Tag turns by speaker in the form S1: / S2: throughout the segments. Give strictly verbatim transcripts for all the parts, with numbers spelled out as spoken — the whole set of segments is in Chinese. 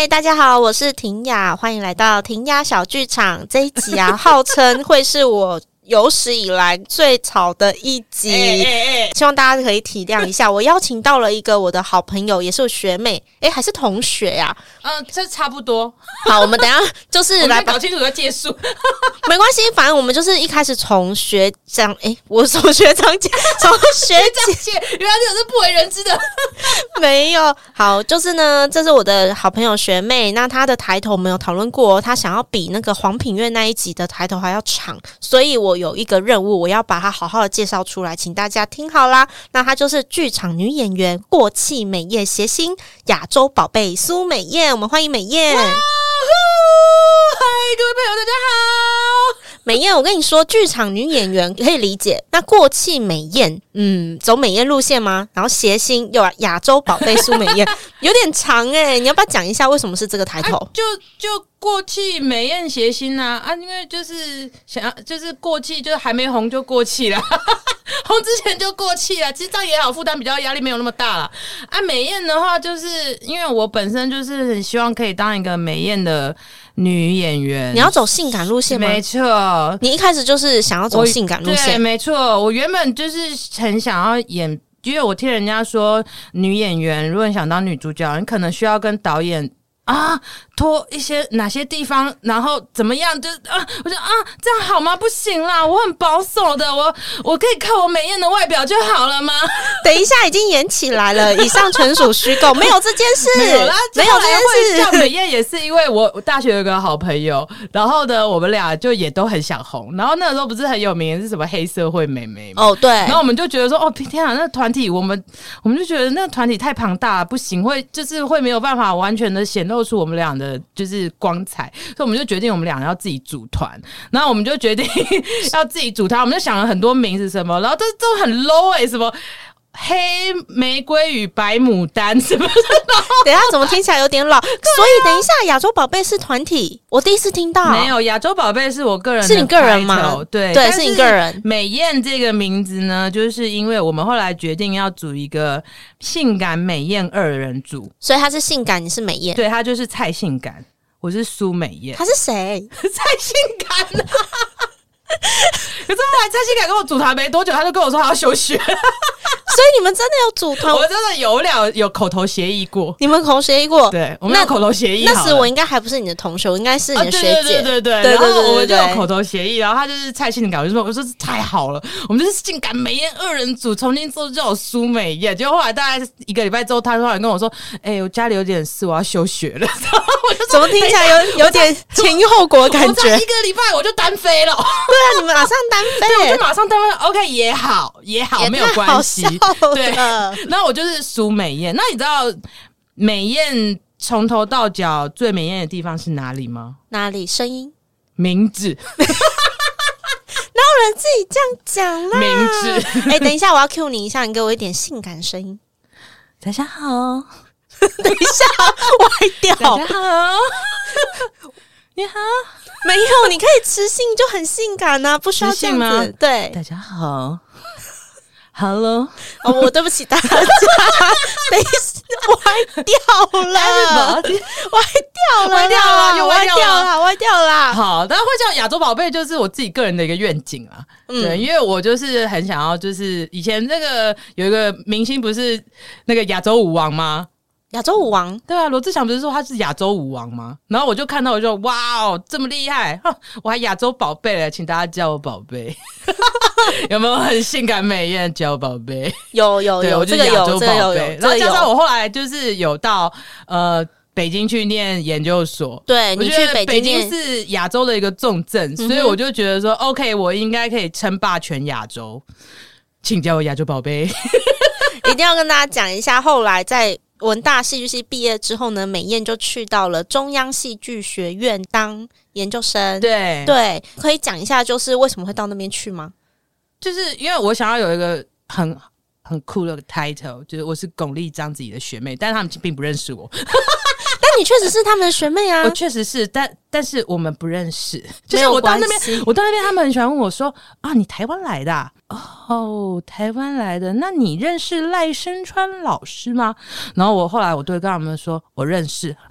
S1: 嗨，大家好，我是庭雅，欢迎来到庭雅小剧场。这一集啊，号称会是我有史以来最吵的一集，欸欸欸希望大家可以体谅一下。我邀请到了一个我的好朋友，也是我学妹，哎、欸，还是同学呀、
S2: 啊？嗯、呃，这差不多。
S1: 好，我们等一下就是来
S2: 搞清楚要结束，
S1: 没关系，反正我们就是一开始从学长，哎、欸，我从学长姐，从学姐，
S2: 原来这是不为人知的，
S1: 没有。好，就是呢，这是我的好朋友学妹，那她的抬头我们有讨论过，她想要比那个黄品月那一集的抬头还要长，所以我有一个任务，我要把她好好的介绍出来，请大家听好啦。那她就是剧场女演员，过气美艳谐星，亚洲宝贝苏美燕，我们欢迎美燕。
S2: 嗨，各位朋友，大家好。
S1: 美燕，我跟你说，剧场女演员可以理解，那过气美艳，嗯，走美艳路线吗？然后谐星有亚洲宝贝苏美燕，有点长哎、欸，你要不要讲一下为什么是这个抬头？
S2: 啊、就就过气美艳谐星啊啊，因为就是想要就是过气，就是还没红就过气了。红之前就过气了，其实这样也好，负担比较压力没有那么大了。啊，美艳的话，就是因为我本身就是很希望可以当一个美艳的女演员。
S1: 你要走性感路线吗？
S2: 没错，
S1: 你一开始就是想要走性感路线。
S2: 对，没错，我原本就是很想要演，因为我听人家说，女演员如果你想当女主角，你可能需要跟导演。啊，拖一些哪些地方，然后怎么样？就啊，我说啊，这样好吗？不行啦，我很保守的，我我可以靠我美艳的外表就好了吗？
S1: 等一下，已经演起来了，以上纯属虚构，没有这件事，
S2: 没有啦，
S1: 没有这件
S2: 事。叫美艳也是因为我大学有个好朋友，然后呢，我们俩就也都很想红，然后那个时候不是很有名是什么黑社会妹妹嘛？
S1: 哦，对，
S2: 然后我们就觉得说，哦，天啊，那个团体，我们我们就觉得那个团体太庞大了，不行，会就是会没有办法完全的显露。露出我们俩的就是光彩，所以我们就决定我们俩要自己组团，然后我们就决定要自己组团，我们就想了很多名字什么，然后都都很 low 哎、欸，什么黑玫瑰与白牡丹什么的，
S1: 等一下怎么听起来有点老？所以等一下，亚洲宝贝是团体，我第一次听到。
S2: 没有，亚洲宝贝是我个人的，
S1: 是你个人吗？
S2: 对
S1: 对，是你个人。
S2: 美艳这个名字呢，就是因为我们后来决定要组一个性感美艳二人组，
S1: 所以他是性感，你是美艳，
S2: 对，他就是蔡性感，我是苏美艳。
S1: 他是谁？
S2: 蔡性感啊！可是后来蔡性感跟我组团没多久，他就跟我说他要休学。
S1: 所以你们真的有组团？
S2: 我真的有了有口头协议过，
S1: 你们口头协议过？
S2: 对，我们有口头协议。
S1: 那时我应该还不是你的同学，我应该是你的学姐。
S2: 啊、对对对对对，然后我们就有口头协议，然后他就是蔡性感，我就说我说太好了，我们就是性感美艳二人组，重新做叫我苏美艳。结果后来大概一个礼拜之后，他突然跟我说：“哎、欸，我家里有点事，我要休学了。”我就
S1: 怎么听起来有有点前因后果的感觉？
S2: 我才一个礼拜我就单飞了。
S1: 对啊，你们马上单飞，
S2: 对，我就马上单飞。OK， 也好也好，没有关系。对。那我就是苏美艳。那你知道美艳从头到脚最美艳的地方是哪里吗？
S1: 哪里？声音？
S2: 名字？
S1: 哪有人自己这样讲啦？
S2: 名字？
S1: 哎、欸，等一下，我要 cue 你一下，你给我一点性感声音。
S2: 大家好，
S1: 等一下，歪掉。
S2: 大家好，你好。
S1: 没有，你可以吃性就很性感啊，不需要这样子吗？对，
S2: 大家好。Hello，
S1: 哦，我对不起大家，等一下歪掉了，歪掉了，
S2: 歪掉了，又
S1: 歪掉了，歪掉了。
S2: 好，但会叫亚洲宝贝，就是我自己个人的一个愿景啊。嗯、对，因为我就是很想要，就是以前那个有一个明星不是那个亚洲舞王吗？
S1: 亚洲舞王，
S2: 对啊，罗志祥不是说他是亚洲舞王吗？然后我就看到我就哇哦，这么厉害，我还亚洲宝贝了，请大家叫我宝贝。有没有很性感美艳叫宝贝？
S1: 有有有，
S2: 这个有，这个有，
S1: 然
S2: 后加上我后来就是有到呃北京去念研究所，
S1: 对，你去北京，
S2: 北京是亚洲的一个重镇，嗯、所以我就觉得说 ，OK， 我应该可以称霸全亚洲，请叫我亚洲宝贝。
S1: 一定要跟大家讲一下，后来在文大戏剧系毕业之后呢，美艳就去到了中央戏剧学院当研究生。
S2: 对
S1: 对，可以讲一下就是为什么会到那边去吗？
S2: 就是因为我想要有一个很很酷的 title， 就是我是巩俐章子怡的学妹，但是他们并不认识我。
S1: 但你确实是他们的学妹啊，
S2: 我确实是，但但是我们不认识。就是我到那边，我到那边，他们很喜欢问我说：“啊，你台湾来的、啊？哦，台湾来的？那你认识赖声川老师吗？”然后我后来我对跟他们说：“我认识。”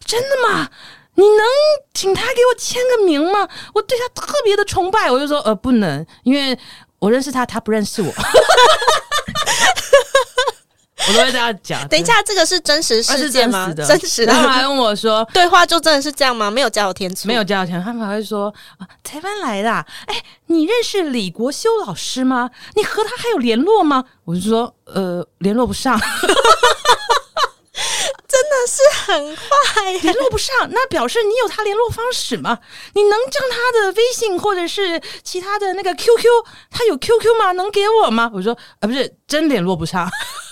S2: 真的吗？你能请他给我签个名吗？我对他特别的崇拜。我就说呃不能，因为我认识他，他不认识我。我都会这样讲。
S1: 等一下，这个是真实事件吗？
S2: 是真实的，
S1: 真实的。
S2: 他们还问我说，
S1: 对话就真的是这样吗？没有加有添醋，
S2: 没有加有添醋。他们还会说，啊、台湾来的、啊，哎，你认识李国修老师吗？你和他还有联络吗？我就说，呃，联络不上。
S1: 真的是很坏，
S2: 联络不上，那表示你有他联络方式吗？你能将他的微信或者是其他的那个 Q Q， 他有 Q Q 吗？能给我吗？我说，啊，不是，真联络不上。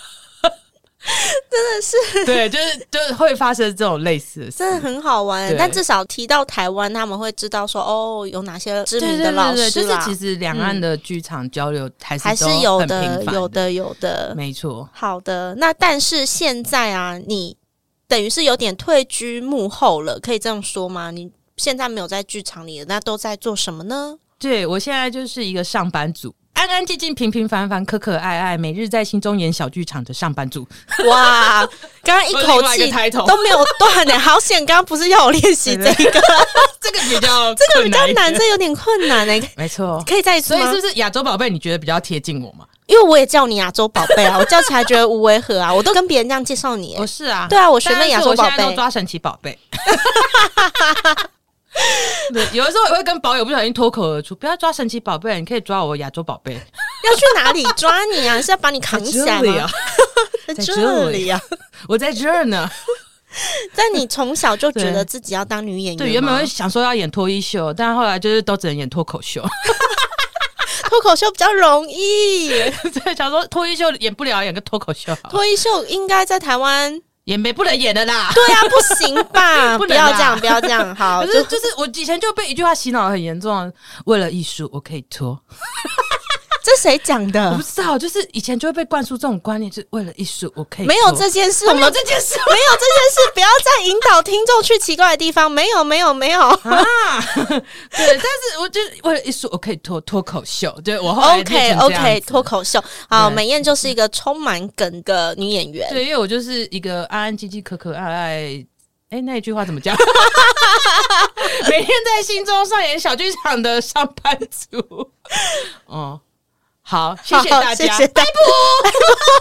S1: 真的是
S2: 对，就是就是会发生这种类似的事，
S1: 真的很好玩。但至少提到台湾，他们会知道说哦，有哪些知名的老师啦。
S2: 对对对对，就是其实两岸的剧场交流还是
S1: 还是有的，有的，有的，
S2: 没错。
S1: 好的，那但是现在啊，你等于是有点退居幕后了，可以这样说吗？你现在没有在剧场里了，那都在做什么呢？
S2: 对，我现在就是一个上班族。安安静静、平平凡凡、可可爱爱，每日在心中演小剧场的上班族。
S1: 哇，刚刚一口气都没有断呢，好险！刚刚不是要我练习这个，
S2: 这个比较
S1: 这个比较难，这有点困难呢。
S2: 没错，
S1: 可以再一次吗？
S2: 所以是不是亚洲宝贝？你觉得比较贴近我吗？
S1: 因为我也叫你亚洲宝贝啊，我叫起来觉得无违和啊，我都跟别人这样介绍你。
S2: 我是啊，
S1: 对啊，我学妹亚洲宝贝，
S2: 我现在都抓神奇宝贝。对，有的时候也会跟宝友不小心脱口而出，不要抓神奇宝贝，你可以抓我亚洲宝贝。
S1: 要去哪里抓你啊？是要把你扛起来吗？
S2: 在这里啊，我在这儿呢。
S1: 但你从小就觉得自己要当女演员吗？
S2: 对，原本会想说要演脱衣秀，但后来就是都只能演脱口秀。
S1: 脱口秀比较容易，
S2: 对，想说脱衣秀演不了，演个脱口秀好。
S1: 脱衣秀应该在台湾。
S2: 也没不能演的啦，
S1: 对啊，不行吧？不要这样，不要这样，好，
S2: 就就是我以前就被一句话洗脑很严重，为了艺术我可以脱。
S1: 这谁讲的？
S2: 我不知道，就是以前就会被灌输这种观念，就是为了艺术我可以脱。
S1: 没有这件事，
S2: 我们有这件事，
S1: 没有这件事，不要再引导听众去奇怪的地方。没有，没有，没有啊！
S2: 对，但是我就是为了艺术我可以脱脱口秀，对我后来
S1: OK OK 脱口秀。好，美燕就是一个充满梗的女演员。
S2: 对，因为我就是一个安安静静、可可爱爱。哎，那一句话怎么讲？每天在心中上演小剧场的上班族。哦。好，谢谢大家，
S1: 谢谢拜拜。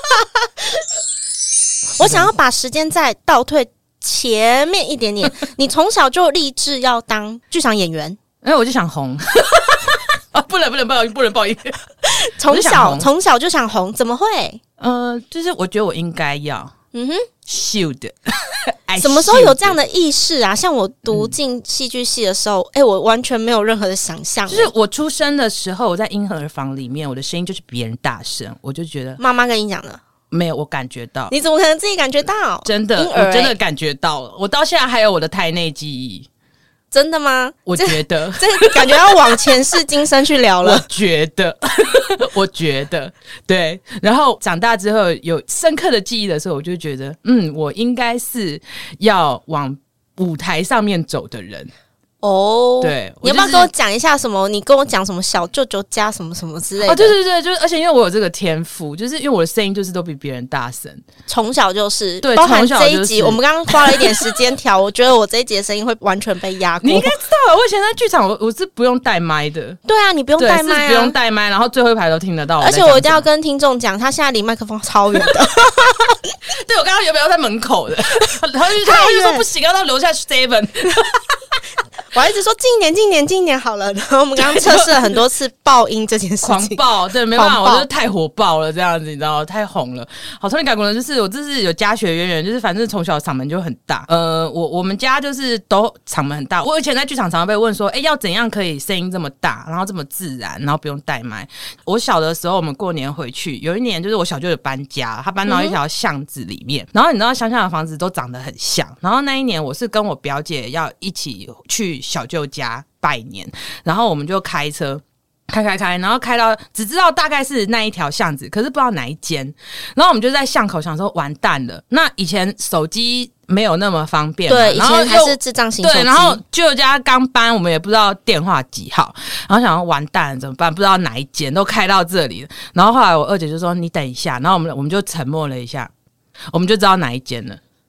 S1: 我想要把时间再倒退前面一点点。你从小就立志要当剧场演员，
S2: 哎，我就想红。啊，不能不能不能不能报应。
S1: 从小从小就想红，怎么会？
S2: 呃，就是我觉得我应该要，
S1: 嗯哼，
S2: 秀的。
S1: 什么时候有这样的意识啊？像我读进戏剧系的时候，哎、嗯欸，我完全没有任何的想象。
S2: 就是我出生的时候，我在婴儿房里面，我的声音就是比别人大声，我就觉得
S1: 妈妈跟你讲的。
S2: 没有，我感觉到。
S1: 你怎么可能自己感觉到？
S2: 真的，
S1: 欸、
S2: 我真的感觉到了。我到现在还有我的胎内记忆。
S1: 真的吗？
S2: 我觉得
S1: 这, 这感觉要往前世今生去聊了。
S2: 我觉得，我觉得对。然后长大之后有深刻的记忆的时候，我就觉得，嗯，我应该是要往舞台上面走的人。
S1: 哦，
S2: 对，
S1: 你要不要跟我讲一下什么？你跟我讲什么小舅舅家什么什么之类的？
S2: 哦，对对对，就是而且因为我有这个天赋，就是因为我的声音就是都比别人大声，
S1: 从小就是
S2: 对，
S1: 包含这一集，
S2: 就是、
S1: 我们刚刚花了一点时间调，我觉得我这一集的声音会完全被压过。
S2: 你应该知道，我以前在剧场我我是不用带麦的，
S1: 对啊，你不用带麦、啊，
S2: 不用带麦，然后最后一排都听得到我。
S1: 而且我一定要跟听众讲，他现在离麦克风超远的。
S2: 对，我刚刚原本要在门口的，然后就他就说不行，要到楼下 seven。
S1: 我一直说近一点近一点近一点好了，然后我们刚刚测试了很多次爆音这件事情，
S2: 狂爆，对，没办法，我就是太火爆了，这样子你知道，太红了。好，从你改过呢，就是我这是有家学渊源，就是反正从小嗓门就很大。呃，我我们家就是都嗓门很大。我以前在剧场常常被问说，哎、欸，要怎样可以声音这么大，然后这么自然，然后不用带麦。我小的时候，我们过年回去，有一年就是我小舅舅搬家，他搬到一条巷子里面，嗯、然后你知道乡下的房子都长得很像，然后那一年我是跟我表姐要一起去小舅家拜年，然后我们就开车开开开，然后开到只知道大概是那一条巷子，可是不知道哪一间，然后我们就在巷口想说完蛋了，那以前手机没有那么方便嘛，
S1: 对，以前还是智障型手机，
S2: 对，然后舅家刚搬，我们也不知道电话几号，然后想说完蛋了怎么办，不知道哪一间，都开到这里了，然后后来我二姐就说你等一下，然后我们我们就沉默了一下，我们就知道哪一间了。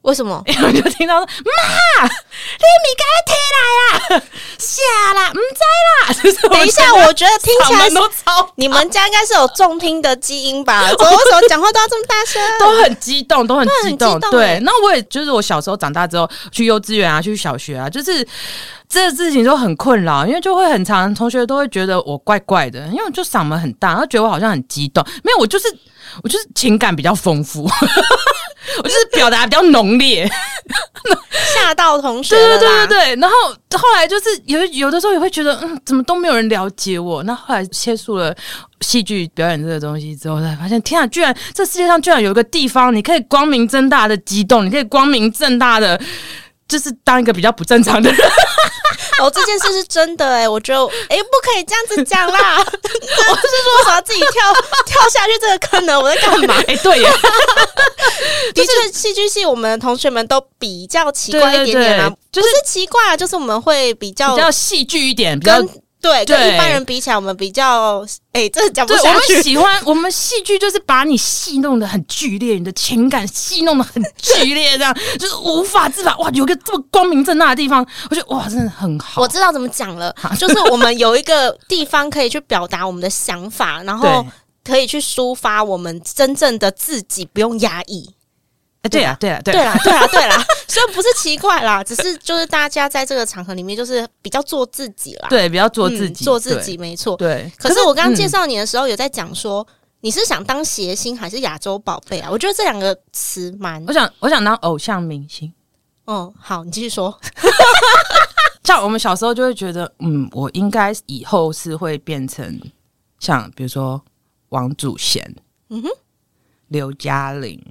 S1: 为什么？
S2: 因为我就听到说妈，你米该提来啦，下啦，唔知啦。
S1: 等一下，我觉得听起来
S2: 都超，
S1: 你们家应该是有重听的基因吧？怎么为什么讲话都要这么大声？
S2: 都很激动，都很激动。
S1: 对，
S2: 对，那我也就是我小时候长大之后去幼稚园啊，去小学啊，就是这个事情都很困扰，因为就会很常同学都会觉得我怪怪的，因为我就嗓门很大，然后觉得我好像很激动。没有，我就是我就是情感比较丰富。我就是表达比较浓烈，
S1: 吓到同学了啦。
S2: 对对对对，然后后来就是有有的时候也会觉得，嗯，怎么都没有人了解我。那后来接触了戏剧表演这个东西之后，才发现，天啊，居然这世界上居然有一个地方，你可以光明正大的激动，你可以光明正大的，就是当一个比较不正常的人。
S1: 哦，这件事是真的哎、欸，我觉得哎、欸，不可以这样子讲啦。我是说，为什么要自己跳跳下去这个坑呢？我在干嘛？
S2: 哎、欸，对耶，
S1: 的确，戏剧系我们的同学们都比较奇怪一点点啦，
S2: 就是、
S1: 不是奇怪啊，就是我们会比较
S2: 比较戏剧一点，比较。
S1: 对，跟一般人比起来，我们比较哎、欸，这讲不下去。
S2: 我们喜欢我们戏剧，就是把你戏弄得很剧烈，你的情感戏弄得很剧烈，这样就是无法自拔。哇，有个这么光明正大的地方，我觉得哇，真的很好。
S1: 我知道怎么讲了，就是我们有一个地方可以去表达我们的想法，然后可以去抒发我们真正的自己，不用压抑。
S2: 欸、对啊，对啊，
S1: 对啦，对啦，对啦，虽然不是奇怪啦，只是就是大家在这个场合里面，就是比较做自己啦，
S2: 对，比较做自己，
S1: 嗯、做自己，没错。
S2: 对，
S1: 可是我刚刚介绍你的时候，有在讲说、嗯、你是想当谐星还是亚洲宝贝啊？我觉得这两个词蛮……
S2: 我想，我想当偶像明星。
S1: 哦，好，你继续说。
S2: 像我们小时候就会觉得，嗯，我应该以后是会变成像比如说王祖贤，嗯哼，刘嘉玲。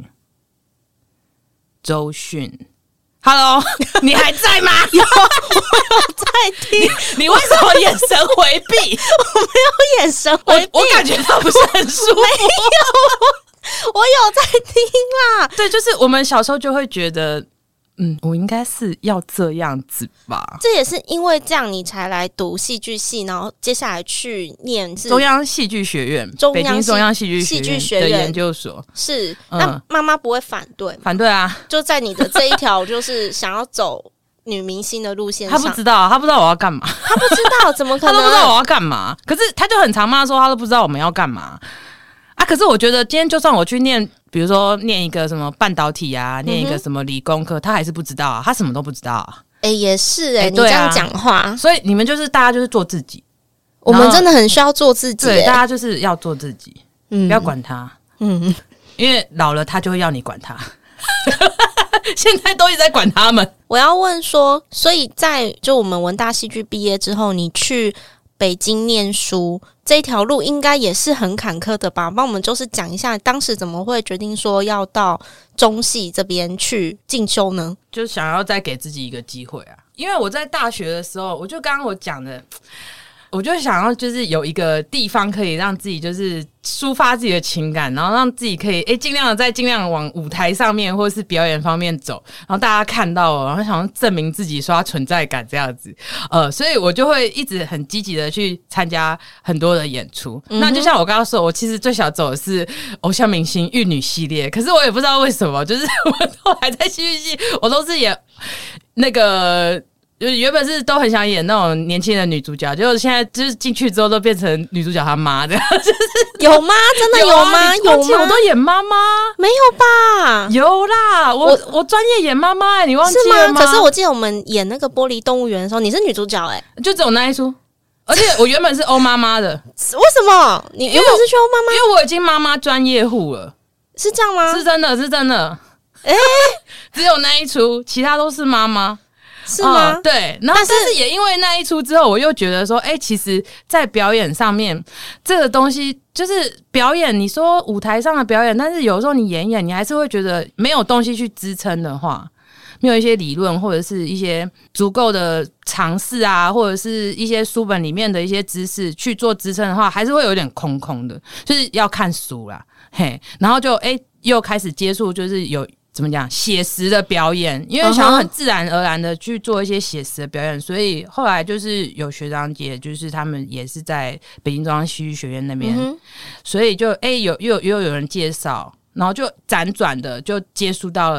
S2: 周迅 ，Hello， 你还在吗？
S1: 有，我有在听。
S2: 你, 你为什么眼神回避？
S1: 我没有眼神回避，
S2: 我, 我感觉到不是很舒服。
S1: 没有，我有在听啦。
S2: 对，就是我们小时候就会觉得，嗯，我应该是要这样子吧。
S1: 这也是因为这样，你才来读戏剧系，然后接下来去念是
S2: 中央戏剧学院，北京中央戏剧戏剧学院的研究所。
S1: 是，那妈妈不会反对？
S2: 反对啊，
S1: 就在你的这一条，就是想要走女明星的路线上。
S2: 他不知道，他不知道我要干嘛。
S1: 他不知道，怎么可能？
S2: 他都不知道我要干嘛。可是他就很常骂说，他都不知道我们要干嘛啊。可是我觉得今天就算我去念。比如说念一个什么半导体啊，念一个什么理工科，他还是不知道啊，他什么都不知道啊。
S1: 哎、欸，也是哎、欸欸，你这样讲话，
S2: 所以你们就是大家就是做自己，
S1: 我们真的很需要做自己、欸。
S2: 对，大家就是要做自己，嗯，不要管他，
S1: 嗯，
S2: 因为老了他就会要你管他。现在都一直在管他们。
S1: 我要问说，所以在就我们文大戏剧毕业之后，你去北京念书这条路应该也是很坎坷的吧？帮我们就是讲一下，当时怎么会决定说要到中戏这边去进修呢？
S2: 就想要再给自己一个机会啊！因为我在大学的时候，我就刚刚我讲的。我就想要就是有一个地方可以让自己就是抒发自己的情感，然后让自己可以诶尽量的在尽量往舞台上面或者是表演方面走，然后大家看到我，然后想要证明自己刷存在感这样子，呃，所以我就会一直很积极的去参加很多的演出。嗯、那就像我刚刚说，我其实最想走的是偶像明星玉女系列，可是我也不知道为什么，就是我后来在戏剧系，我都是演那个。就是原本是都很想演那种年轻的女主角，结果现在就是进去之后都变成女主角她妈的，就是
S1: 有吗？真的有吗？有, 啊、有吗？
S2: 我都演妈妈，
S1: 没有吧？
S2: 有啦，我我, 我专业演妈妈、欸，你忘记了 吗,
S1: 吗？可是我记得我们演那个玻璃动物园的时候，你是女主角哎、欸，
S2: 就只有那一出，而且我原本是欧妈妈的，
S1: 为什么？你原本是去欧妈妈？
S2: 因为我已经妈妈专业户了，
S1: 是这样吗？
S2: 是真的，是真的，哎、欸，只有那一出，其他都是妈妈。
S1: 是吗、
S2: 嗯？对，然后但是也因为那一出之后，我又觉得说，哎、欸，其实，在表演上面，这个东西就是表演。你说舞台上的表演，但是有时候你演一演，你还是会觉得没有东西去支撑的话，没有一些理论或者是一些足够的尝试啊，或者是一些书本里面的一些知识去做支撑的话，还是会有点空空的。就是要看书啦，嘿，然后就哎、欸，又开始接触，就是有。怎么讲写实的表演，因为想要很自然而然的去做一些写实的表演， uh-huh. 所以后来就是有学长姐，就是他们也是在北京中央戏剧学院那边， uh-huh. 所以就哎、欸、有又又有人介绍，然后就辗转的就接触到了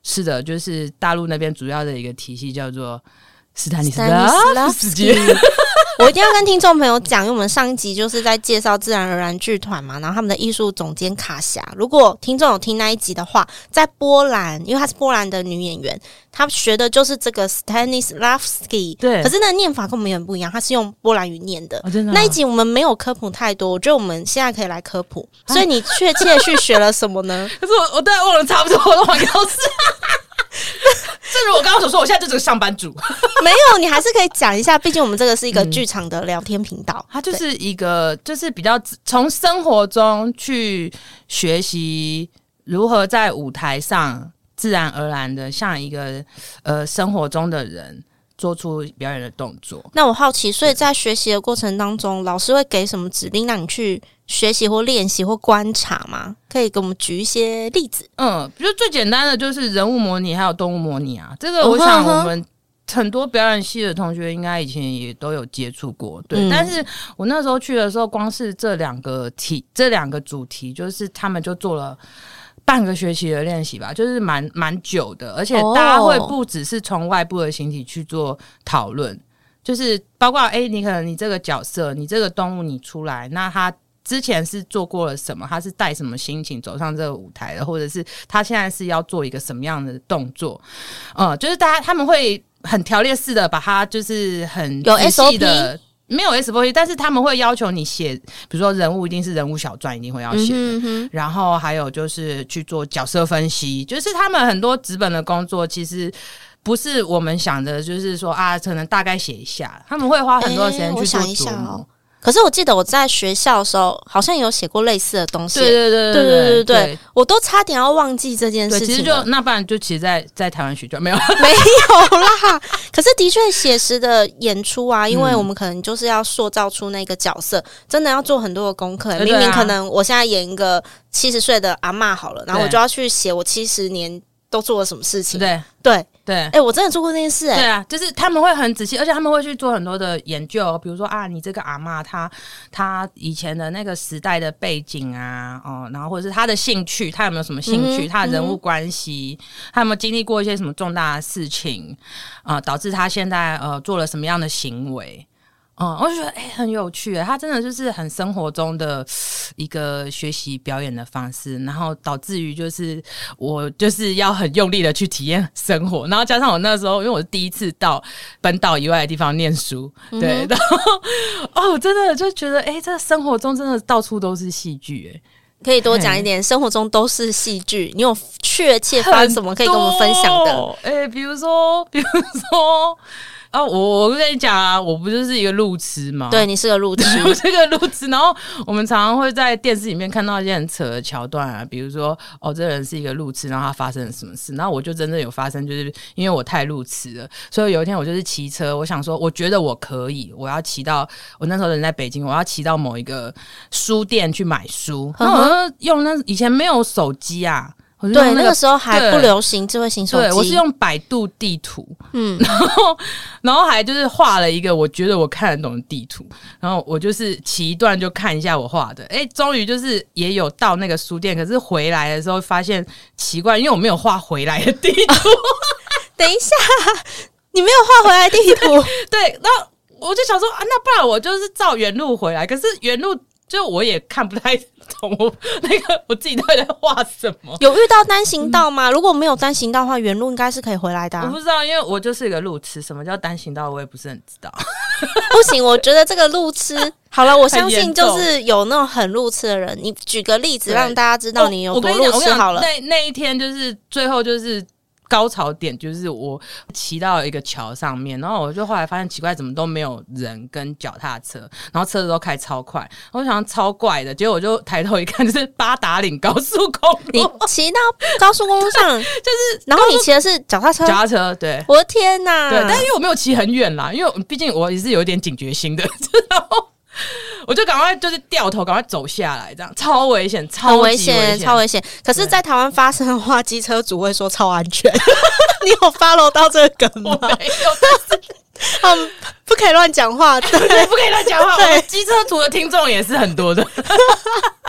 S2: 是的，就是大陆那边主要的一个体系叫做斯坦尼斯
S1: 拉夫斯基。我一定要跟听众朋友讲，因为我们上一集就是在介绍自然而然剧团嘛，然后他们的艺术总监卡霞。如果听众有听那一集的话，在波兰，因为她是波兰的女演员，她学的就是这个 Stanislavski， 对，可是那个念法跟我们有点不一样，她是用波兰语念的。哦真的啊、那一集我们没有科普太多，我觉得我们现在可以来科普。所以你确切去学了什么呢？
S2: 可是我我大概忘了差不多，我都忘告诉。正如我刚刚所说，我现在就是个上班族。
S1: 没有，你还是可以讲一下，毕竟我们这个是一个剧场的聊天频道。
S2: 它就是一个，就是比较从生活中去学习如何在舞台上自然而然的像一个呃生活中的人做出表演的动作。
S1: 那我好奇，所以在学习的过程当中，老师会给什么指令让你去学习或练习或观察吗？可以给我们举一些例子。
S2: 嗯，比如最简单的就是人物模拟还有动物模拟啊，这个我想我们很多表演系的同学应该以前也都有接触过，对、嗯。但是我那时候去的时候，光是这两个题这两个主题，就是他们就做了半个学期的练习吧，就是蛮蛮久的，而且大家会不只是从外部的形体去做讨论，就是包括哎、欸，你可能你这个角色，你这个动物你出来，那他之前是做过了什么？他是带什么心情走上这个舞台的？或者是他现在是要做一个什么样的动作？嗯，就是大家他们会很条列式的把它就是很
S1: 有 S O P
S2: 的。没有 S O P， 但是他们会要求你写，比如说人物一定是人物小传，一定会要写的、嗯哼，然后还有就是去做角色分析，就是他们很多纸本的工作其实不是我们想的，就是说啊，可能大概写一下，他们会花很多的时间去做琢磨。
S1: 可是我记得我在学校的时候好像有写过类似的东西，
S2: 对对对对对对对，
S1: 我都差点要忘记这件事情了。
S2: 其实就那不然就其实在在台湾学就没有
S1: 没有啦。可是的确写实的演出啊，因为我们可能就是要塑造出那个角色，真的要做很多的功课、欸。明明可能我现在演一个七十岁的阿嬷好了，然后我就要去写我七十年都做了什么事情。
S2: 对
S1: 对。
S2: 对，
S1: 哎、欸，我真的做过这件事、欸，哎，
S2: 对啊，就是他们会很仔细，而且他们会去做很多的研究，比如说啊，你这个阿嬷她她以前的那个时代的背景啊，哦，然后或者是她的兴趣，她有没有什么兴趣，她、嗯、的人物关系，她、嗯、有没有经历过一些什么重大的事情啊、呃，导致她现在呃做了什么样的行为。嗯，我就觉得哎、欸、很有趣，他真的就是很生活中的一个学习表演的方式，然后导致于就是我就是要很用力的去体验生活，然后加上我那时候因为我是第一次到本岛以外的地方念书，对，嗯、然后哦真的就觉得哎、欸，这生活中真的到处都是戏剧，哎。
S1: 可以多讲一点，生活中都是戏剧，你有确切发生什么可以跟我们分享的？
S2: 哎、欸，比如说，比如说。啊，我我跟你讲啊，我不就是一个路痴吗？
S1: 对，你是个路痴，
S2: 我是个路痴。然后我们常常会在电视里面看到一些很扯的桥段啊，比如说哦，这个人是一个路痴，然后他发生了什么事，然后我就真的有发生，就是因为我太路痴了，所以有一天我就是骑车，我想说，我觉得我可以，我要骑到我那时候人在北京，我要骑到某一个书店去买书，然后我就用那以前没有手机啊。那個、
S1: 对，那个时候还不流行智慧型手机。
S2: 对，我是用百度地图，嗯，然后然后还就是画了一个我觉得我看得懂的地图，然后我就是骑一段就看一下我画的，哎，终于就是也有到那个书店，可是回来的时候发现奇怪，因为我没有画回来的地图。
S1: 等一下，你没有画回来的地图？
S2: 对，那我就想说啊，那不然我就是照原路回来，可是原路就我也看不太懂我那个我自己到底在画什么。
S1: 有遇到单行道吗？嗯、如果没有单行道的话，原路应该是可以回来的、啊。
S2: 我不知道，因为我就是一个路痴，什么叫单行道我也不是很知道。
S1: 不行，我觉得这个路痴好了，我相信就是有那种很路痴的人，你举个例子让大家知道你有多路痴好了。
S2: 那那一天就是最后就是高潮点，就是我骑到一个桥上面，然后我就后来发现奇怪，怎么都没有人跟脚踏车，然后车子都开超快，我想超怪的，结果我就抬头一看，就是八达岭高速公路。
S1: 你骑到高速公路上，就是，然后你骑的是脚踏车，
S2: 脚踏车，对，
S1: 我的天哪！
S2: 对，但因为我没有骑很远啦，因为毕竟我也是有点警觉心的，然后我就赶快就是掉头，赶快走下来，这样超危险，超
S1: 危险，超危险。可是，在台湾发生的话，机车主会说超安全。你有 follow 到这个梗吗？
S2: 我没有，但是
S1: 嗯，不可以乱讲话，对，
S2: 不可以乱讲话。对，机车族的听众也是很多的。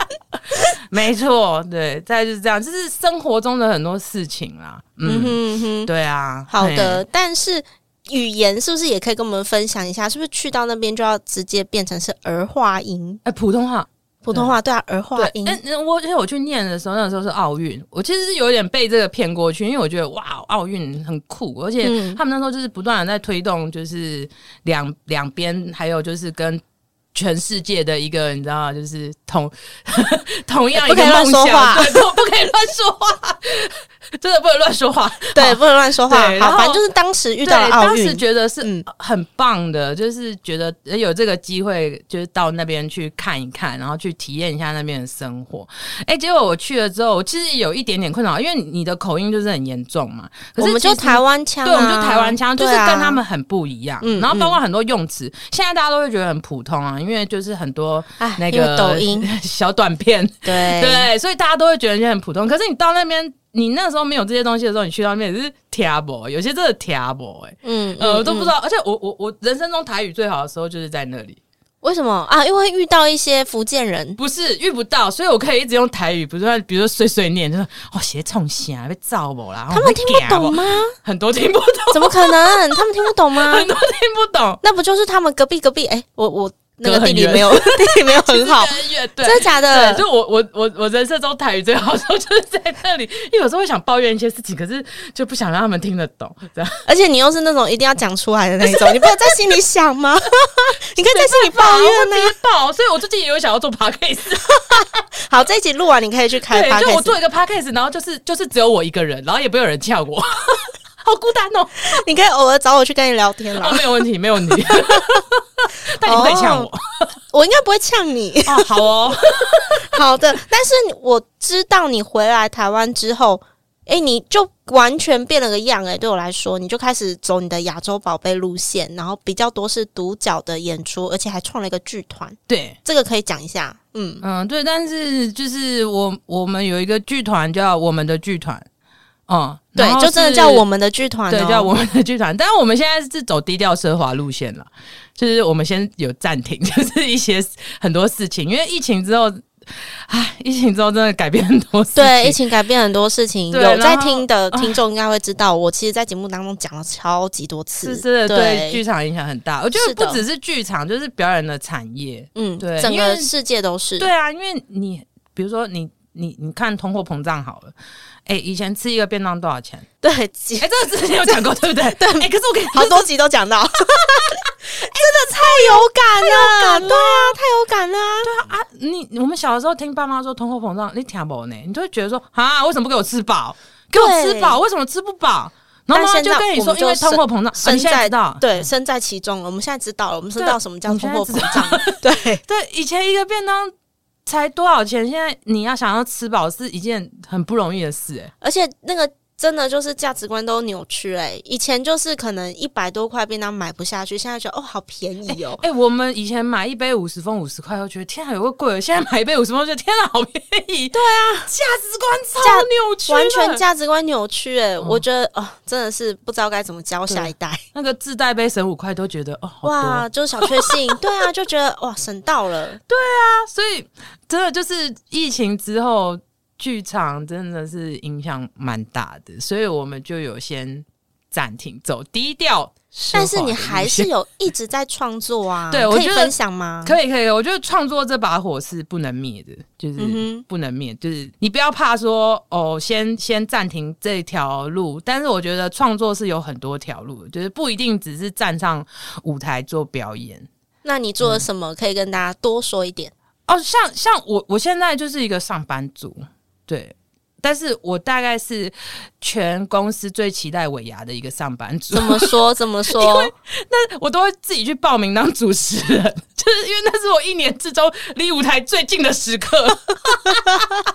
S2: 没错，对，再来就是这样，就是生活中的很多事情啦。嗯，嗯哼，对啊，
S1: 好的，但是语言是不是也可以跟我们分享一下？是不是去到那边就要直接变成是儿化音？
S2: 哎、欸，普通话。
S1: 普通话对啊，儿化音。
S2: 哎、欸，我因为我去念的时候，那个时候是奥运，我其实是有点被这个骗过去，因为我觉得哇，奥运很酷，而且他们那时候就是不断的在推动，就是两两边还有就是跟全世界的一个你知道，就是同同样一个梦想，对，不可以乱说话。真的不能乱说话，
S1: 对，不能乱说话。好，反正就是当时遇到了奥运，
S2: 当时觉得是很棒的，嗯、就是觉得有这个机会，就是到那边去看一看，然后去体验一下那边的生活。哎、欸，结果我去了之后，其实有一点点困扰，因为你的口音就是很严重嘛。可是
S1: 我们就台湾腔、啊，
S2: 对，我们就台湾腔，就是跟他们很不一样。嗯、然后包括很多用词，嗯、现在大家都会觉得很普通啊，因为就是很多那个
S1: 抖音
S2: 小短片，
S1: 对
S2: 对，所以大家都会觉得很普通。可是你到那边。你那时候没有这些东西的时候，你去到那边也是听不，有些真的听不哎、欸，嗯，呃，我都不知道。而且我我我人生中台语最好的时候就是在那里。
S1: 为什么啊？因为遇到一些福建人，
S2: 不是遇不到，所以我可以一直用台语，比如说比如说碎碎念，就是哦，写冲啥被造我啦。
S1: 他们听不懂吗？
S2: 很多听不懂，
S1: 怎么可能？他们听不懂吗？
S2: 很多听不懂，
S1: 那不就是他们隔壁隔壁？哎、欸，我我。那个地理没有，地理没有很好，
S2: 对，
S1: 真的假的？
S2: 对，就我我我我人生中台语最好的时候就是在那里，因为有时候会想抱怨一些事情，可是就不想让他们听得懂，这样。
S1: 而且你又是那种一定要讲出来的那种，你不能在心里想吗？你可以在心里抱怨呢、
S2: 啊，所以我最近也有想要做 podcast。
S1: 好，这一集录完你可以去开 podcast，
S2: 就我做一个 podcast， 然后就是就是只有我一个人，然后也不会有人呛我。好孤单哦！
S1: 你可以偶尔找我去跟你聊天啦、
S2: 哦，没有问题，没有问题。但你不可以呛我，哦、
S1: 我应该不会呛你。
S2: 哦，好哦，
S1: 好的。但是我知道你回来台湾之后，哎，你就完全变了个样哎、欸。对我来说，你就开始走你的亚洲宝贝路线，然后比较多是独角的演出，而且还创了一个剧团。
S2: 对，
S1: 这个可以讲一下。嗯
S2: 嗯，对。但是就是我我们有一个剧团叫我们的剧团。哦、嗯，
S1: 对，就真的叫我们的剧团、哦，
S2: 对，叫我们的剧团。但是我们现在是走低调奢华路线了，就是我们先有暂停，就是一些很多事情，因为疫情之后，唉，疫情之后真的改变很多事情。
S1: 对，疫情改变很多事情。有在听的听众应该会知道，我其实，在节目当中讲了超级多次，
S2: 是真的对剧场影响很大。我觉得不只是剧场，就是表演的产业，嗯，对，
S1: 整个世界都是。
S2: 对啊，因为你比如说你你你看通货膨胀好了。哎、欸，以前吃一个便当多少钱？
S1: 对，哎、
S2: 欸，这个之前有讲过，对不对？
S1: 对，
S2: 哎、欸，可是我给
S1: 好多集都讲到，真的太有感了，了对啊，太有感了，
S2: 对啊啊！你我们小的时候听爸妈说通货膨胀，你听不呢？你就会觉得说啊，为什么不给我吃饱？给我吃饱，为什么吃不饱？然后妈妈就跟你说，因为通货膨胀，
S1: 身在、
S2: 啊、知道，
S1: 对，身在其中了。我们现在知道了，我们知道什么叫通货膨胀。对
S2: 对，以前一个便当。才多少钱？现在你要想要吃饱是一件很不容易的事、欸，
S1: 而且那个真的就是价值观都扭曲哎、欸。以前就是可能一百多块便当买不下去，现在觉得哦好便宜哦。
S2: 哎、欸欸，我们以前买一杯五十风五十块，我觉得天啊有个贵了，现在买一杯五十风，觉得天啊好便宜。
S1: 对啊，
S2: 价值观超扭曲，
S1: 完全价值观扭曲哎、欸嗯。我觉得哦真的是不知道该怎么教下一代。
S2: 那个自带杯省五块都觉得哦好多
S1: 哇，就是小确幸。对啊，就觉得哇省到了。
S2: 对啊，所以真的就是疫情之后。剧场真的是影响蛮大的，所以我们就有先暂停走低调。
S1: 但是你还是有一直在创作啊，
S2: 对，
S1: 可以分享吗？
S2: 可以，可以。我觉得创作这把火是不能灭的，就是不能灭、嗯，就是你不要怕说哦，先先暂停这条路。但是我觉得创作是有很多条路，就是不一定只是站上舞台做表演。
S1: 那你做了什么？可以跟大家多说一点、
S2: 嗯、哦。像像我，我现在就是一个上班族。对，但是我大概是全公司最期待尾牙的一个上班族。
S1: 怎么说？怎么说？
S2: 那我都会自己去报名当主持人，就是因为那是我一年之中离舞台最近的时刻。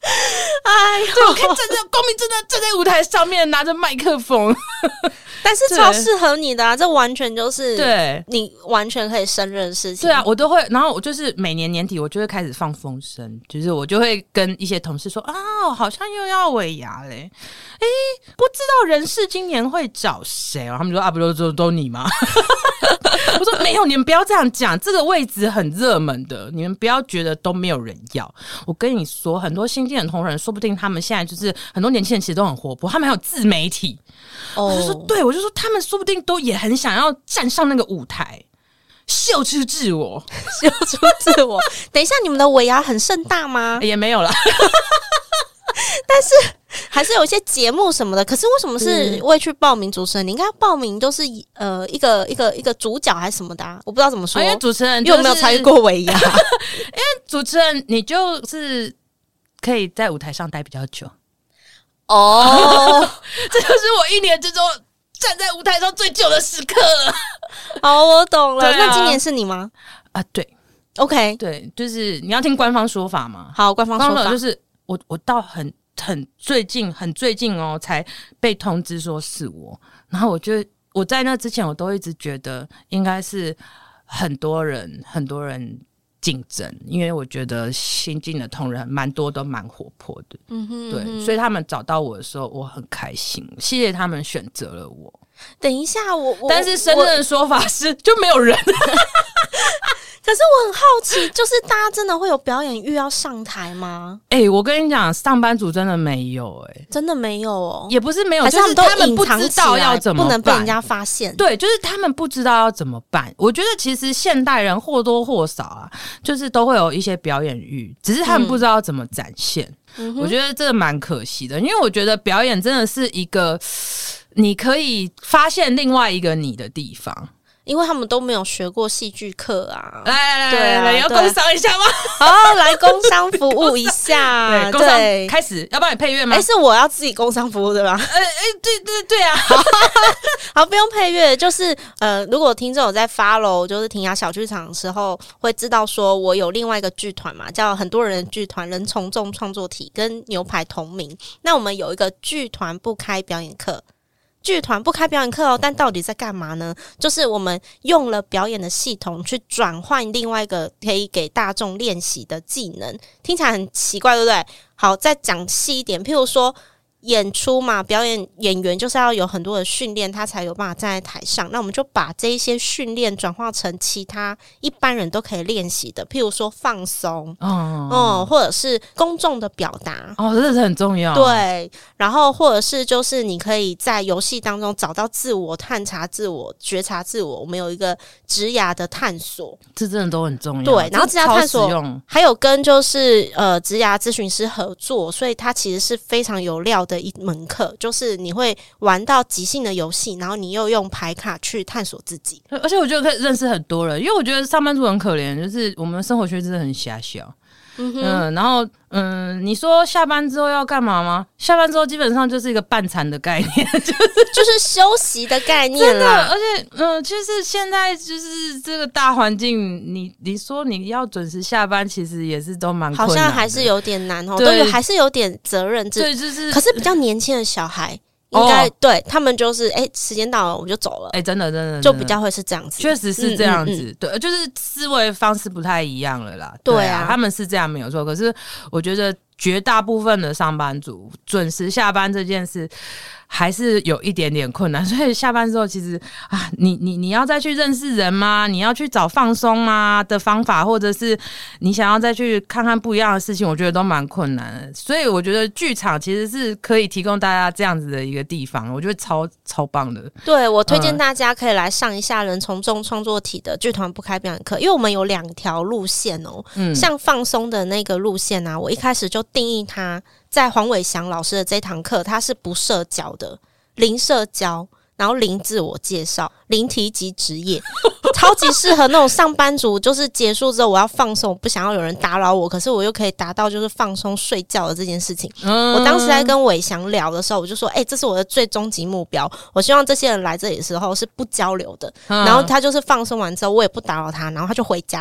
S1: 哎呦，
S2: 对，我可以站在光明正大站在舞台上面拿着麦克风，
S1: 但是超适合你的啊，这完全就是
S2: 对
S1: 你完全可以胜任的事情。
S2: 对啊，我都会，然后我就是每年年底我就会开始放风声，就是我就会跟一些同事说啊，好像又要尾牙嘞，哎，不知道人事今年会找谁哦？他们说啊，不都都都你吗？我说没有，你们不要这样讲，这个位置很热门的，你们不要觉得都没有人要。我跟你说，很多新进的同仁，说不定他们现在就是很多年轻人其实都很活泼，他们还有自媒体。哦，我就说对，我就说他们说不定都也很想要站上那个舞台，秀出自我，
S1: 秀出自我。等一下，你们的尾牙很盛大吗？
S2: 也没有啦。
S1: 但是还是有一些节目什么的，可是为什么是会去报名主持人？你应该报名都是呃一个一个一个主角还是什么的、啊？我不知道怎么说，
S2: 啊、因为主持人、就是、
S1: 因为我没有参与过尾牙，因
S2: 为主持人你就是可以在舞台上待比较久
S1: 哦，
S2: 这就是我一年之中站在舞台上最久的时刻了。
S1: 哦，我懂了。
S2: 啊、
S1: 那今年是你吗？
S2: 啊，对
S1: ，OK，
S2: 对，就是你要听官方说法嘛。
S1: 好，官方说法
S2: 就是。我我到很很最近很最近哦，才被通知说是我。然后我就我在那之前，我都一直觉得应该是很多人很多人竞争，因为我觉得新进的同仁蛮多都蛮活泼的，嗯哼，对，嗯哼，所以他们找到我的时候，我很开心，谢谢他们选择了我。
S1: 等一下，我我
S2: 但是深圳的说法是就没有人。
S1: 可是我很好奇，就是大家真的会有表演欲要上台吗？
S2: 哎、欸，我跟你讲，上班族真的没有、欸，哎，
S1: 真的没有哦，
S2: 也不是没有，
S1: 还是他们都隐藏
S2: 就是他们不知道要怎么办，
S1: 不能被人家发现。
S2: 对，就是他们不知道要怎么办。我觉得其实现代人或多或少啊，就是都会有一些表演欲，只是他们不知道要怎么展现。嗯、我觉得这个蛮可惜的，因为我觉得表演真的是一个你可以发现另外一个你的地方。
S1: 因为他们都没有学过戏剧课啊，
S2: 来来来，对啊，你要工商一下吗？
S1: 好，来工商服务一下。
S2: 对，工商开始，要帮你配乐吗？
S1: 哎、欸，是我要自己工商服务的吧？
S2: 哎哎、欸，对对对啊，
S1: 好，不用配乐，就是呃，如果听众有在 follow， 就是庭雅小剧场的时候，会知道说我有另外一个剧团嘛，叫很多人剧团，人从众创作体，跟牛排同名。那我们有一个剧团不开表演课。剧团不开表演课哦，但到底在干嘛呢？就是我们用了表演的系统去转换另外一个可以给大众练习的技能，听起来很奇怪，对不对？好，再讲细一点，譬如说演出嘛，表演演员就是要有很多的训练，他才有办法站在台上。那我们就把这一些训练转化成其他一般人都可以练习的，譬如说放松，哦、嗯，或者是公众的表达，
S2: 哦，这是很重要。
S1: 对，然后或者是就是你可以在游戏当中找到自我、探查自我、觉察自我。我们有一个职涯的探索，
S2: 这真的都很重要。
S1: 对，然后职涯探索还有跟就是呃职涯咨询师合作，所以它其实是非常有料的一门课，就是你会玩到即兴的游戏，然后你又用牌卡去探索自己。
S2: 而且我觉得可以认识很多人，因为我觉得上班族很可怜，就是我们生活圈真的很狭小。嗯, 嗯，然后嗯，你说下班之后要干嘛吗？下班之后基本上就是一个半残的概念，就是
S1: 就是休息的概念啦。
S2: 真的，而且嗯，就是现在就是这个大环境，你你说你要准时下班，其实也是都蛮困难的，
S1: 好像还是有点难哦，都有还是有点责任制。
S2: 对，就是，
S1: 可是比较年轻的小孩。应该、哦、对他们就是哎、欸，时间到了我就走了，
S2: 哎、欸，真的真的
S1: 就比较会是这样子，
S2: 确实是这样子，嗯嗯嗯对，就是思维方式不太一样了啦。对啊，对啊，他们是这样没有错，可是我觉得绝大部分的上班族准时下班这件事还是有一点点困难，所以下班之后其实啊，你你你要再去认识人吗？你要去找放松吗的方法，或者是你想要再去看看不一样的事情，我觉得都蛮困难的。所以我觉得剧场其实是可以提供大家这样子的一个地方，我觉得超超棒的。
S1: 对，我推荐大家可以来上一下人从众创作体的剧团不开表演课，因为我们有两条路线哦、嗯，像放松的那个路线啊，我一开始就定义它。在黄伟翔老师的这堂课，他是不社交的，零社交，然后零自我介绍，零提及职业，超级适合那种上班族。就是结束之后我要放松，我不想要有人打扰我，可是我又可以达到就是放松睡觉的这件事情。嗯、我当时在跟伟翔聊的时候，我就说：“哎、欸，这是我的最终极目标。我希望这些人来这里的时候是不交流的。嗯”然后他就是放松完之后，我也不打扰他，然后他就回家。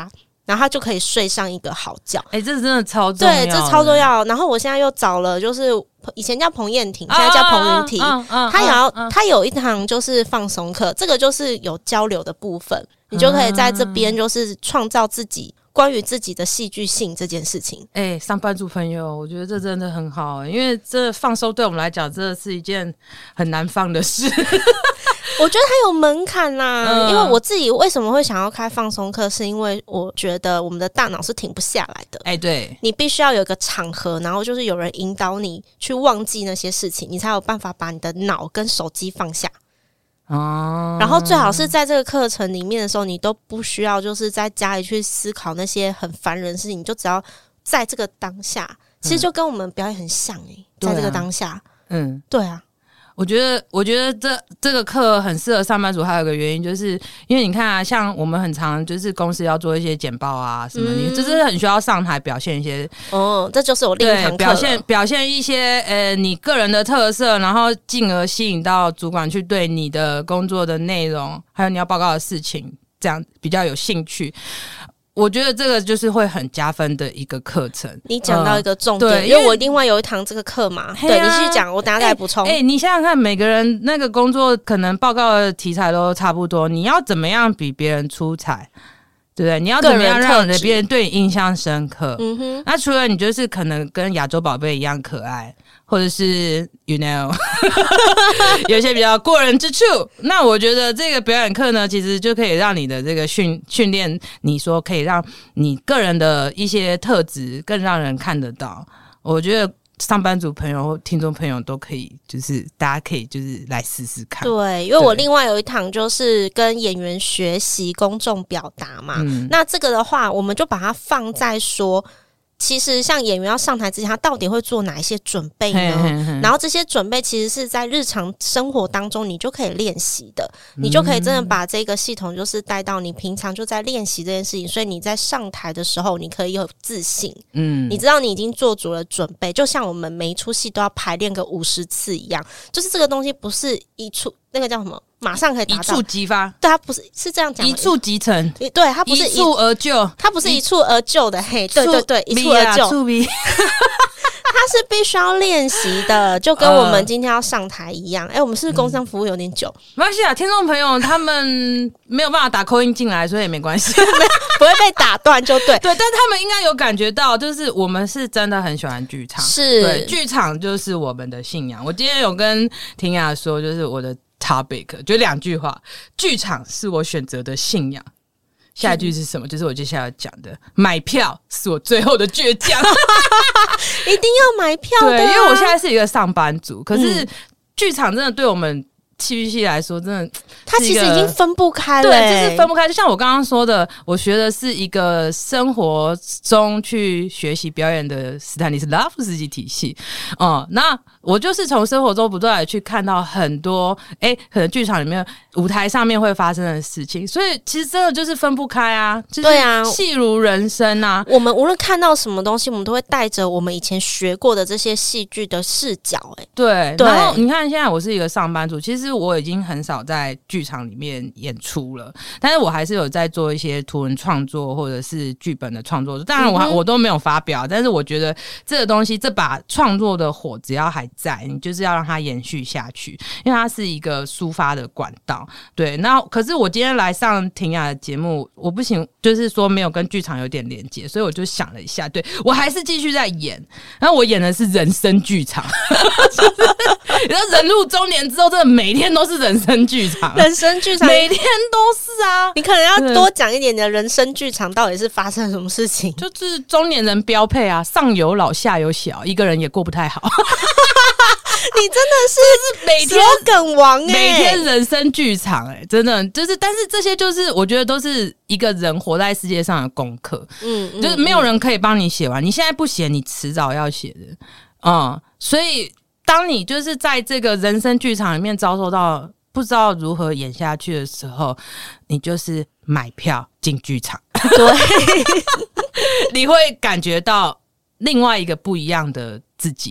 S1: 然后他就可以睡上一个好觉。
S2: 哎、欸，这真的超重要的，
S1: 对，这超重要。然后我现在又找了，就是以前叫彭燕婷，现在叫彭云婷，
S2: 啊啊啊啊、
S1: 他也要、
S2: 啊、
S1: 他有一堂就是放松课，这个就是有交流的部分，你就可以在这边就是创造自己关于自己的戏剧性这件事情。
S2: 哎、欸，上班族朋友，我觉得这真的很好，因为这放松对我们来讲真的是一件很难放的事。
S1: 我觉得它有门槛啦、
S2: 嗯，
S1: 因为我自己为什么会想要开放松课，是因为我觉得我们的大脑是停不下来的。
S2: 哎、欸，对，
S1: 你必须要有一个场合，然后就是有人引导你去忘记那些事情，你才有办法把你的脑跟手机放下。哦，然后最好是在这个课程里面的时候，你都不需要就是在家里去思考那些很烦人的事情，你就只要在这个当下，其实就跟我们表演很像诶、欸嗯，在这个当下，嗯，对啊。
S2: 我觉得，我觉得这这个课很适合上班族，还有一个原因，就是因为你看啊，像我们很常就是公司要做一些简报啊什么，嗯、你就是很需要上台表现一些
S1: 哦，这就是我另一堂课
S2: 表现表现一些呃你个人的特色，然后进而吸引到主管去对你的工作的内容，还有你要报告的事情，这样比较有兴趣。我觉得这个就是会很加分的一个课程。
S1: 你讲到一个重点、嗯，因为我另外有一堂这个课嘛，对、啊、你继续讲，我等一下再来补充。
S2: 哎、欸欸，你想想看，每个人那个工作可能报告的题材都差不多，你要怎么样比别人出彩？对不对？你要怎么样让别人对你印象深刻？嗯哼。那除了你就是可能跟亚洲宝贝一样可爱，或者是 you know 有一些比较过人之处，那我觉得这个表演课呢，其实就可以让你的这个训训练，你说可以让你个人的一些特质更让人看得到。我觉得上班族朋友或听众朋友都可以，就是大家可以就是来试试看。
S1: 对，因为我另外有一堂就是跟演员学习公众表达嘛、嗯，那这个的话，我们就把它放在说。其实像演员要上台之前，他到底会做哪一些准备呢？嘿嘿嘿，然后这些准备其实是在日常生活当中你就可以练习的、嗯、你就可以真的把这个系统就是带到你平常就在练习这件事情，所以你在上台的时候你可以有自信。嗯，你知道你已经做足了准备，就像我们每一出戏都要排练个五十次一样，就是这个东西不是一出那个叫什么马上可以达到
S2: 一触即发，
S1: 对，它不是是这样讲，
S2: 一触即成，
S1: 对，它不是
S2: 一触而就，
S1: 它不是一触而就的，嘿，对对对，一触而就，它是必须要练习的，就跟我们今天要上台一样。哎、欸，我们是不是工商服务有点久？
S2: 没关系啊，听众朋友他们没有办法打call in进来，所以也没关系，
S1: 不会被打断就对。
S2: 对，但他们应该有感觉到，就是我们是真的很喜欢剧场，
S1: 是
S2: 对，剧场就是我们的信仰。我今天有跟婷雅说，就是我的 topic 就两句话，剧场是我选择的信仰。下一句是什么？就是我接下来讲的，买票是我最后的倔强，
S1: 一定要买票的、啊。
S2: 对，因为我现在是一个上班族，可是剧场真的对我们戏剧系来说，真的
S1: 它其实已经分不开了、
S2: 欸。对，就是分不开。就像我刚刚说的，我学的是一个生活中去学习表演的斯坦尼斯拉夫斯基体系。哦、嗯，那我就是从生活中不断的去看到很多，哎、欸，可能剧场里面舞台上面会发生的事情，所以其实真的就是分不开啊。
S1: 对啊，
S2: 戏如人生啊。
S1: 我们无论看到什么东西，我们都会带着我们以前学过的这些戏剧的视角、欸。哎，
S2: 对，对。然后你看，现在我是一个上班族，其实我已经很少在剧场里面演出了，但是我还是有在做一些图文创作或者是剧本的创作。当然我，我、嗯、我都没有发表，但是我觉得这个东西，这把创作的火只要还在，你就是要让它延续下去，因为它是一个抒发的管道。对，那可是我今天来上婷雅的节目，我不行，就是说没有跟剧场有点连接，所以我就想了一下，对，我还是继续在演，然后我演的是人生剧场。你知道人入中年之后，真的每天都是人生剧场，
S1: 人生剧场
S2: 每天都是啊。
S1: 你可能要多讲一点你的人生剧场到底是发生了什么事情，
S2: 就是中年人标配啊，上有老下有小，一个人也过不太好。
S1: 你真的是每天梗王哎、欸，
S2: 每天人生剧场哎、欸，真的就是，但是这些就是我觉得都是一个人活在世界上的功课，嗯，就是没有人可以帮你写完，你现在不写，你迟早要写的，嗯，所以当你就是在这个人生剧场里面遭受到不知道如何演下去的时候，你就是买票进剧场，
S1: 对，
S2: 你会感觉到另外一个不一样的自己。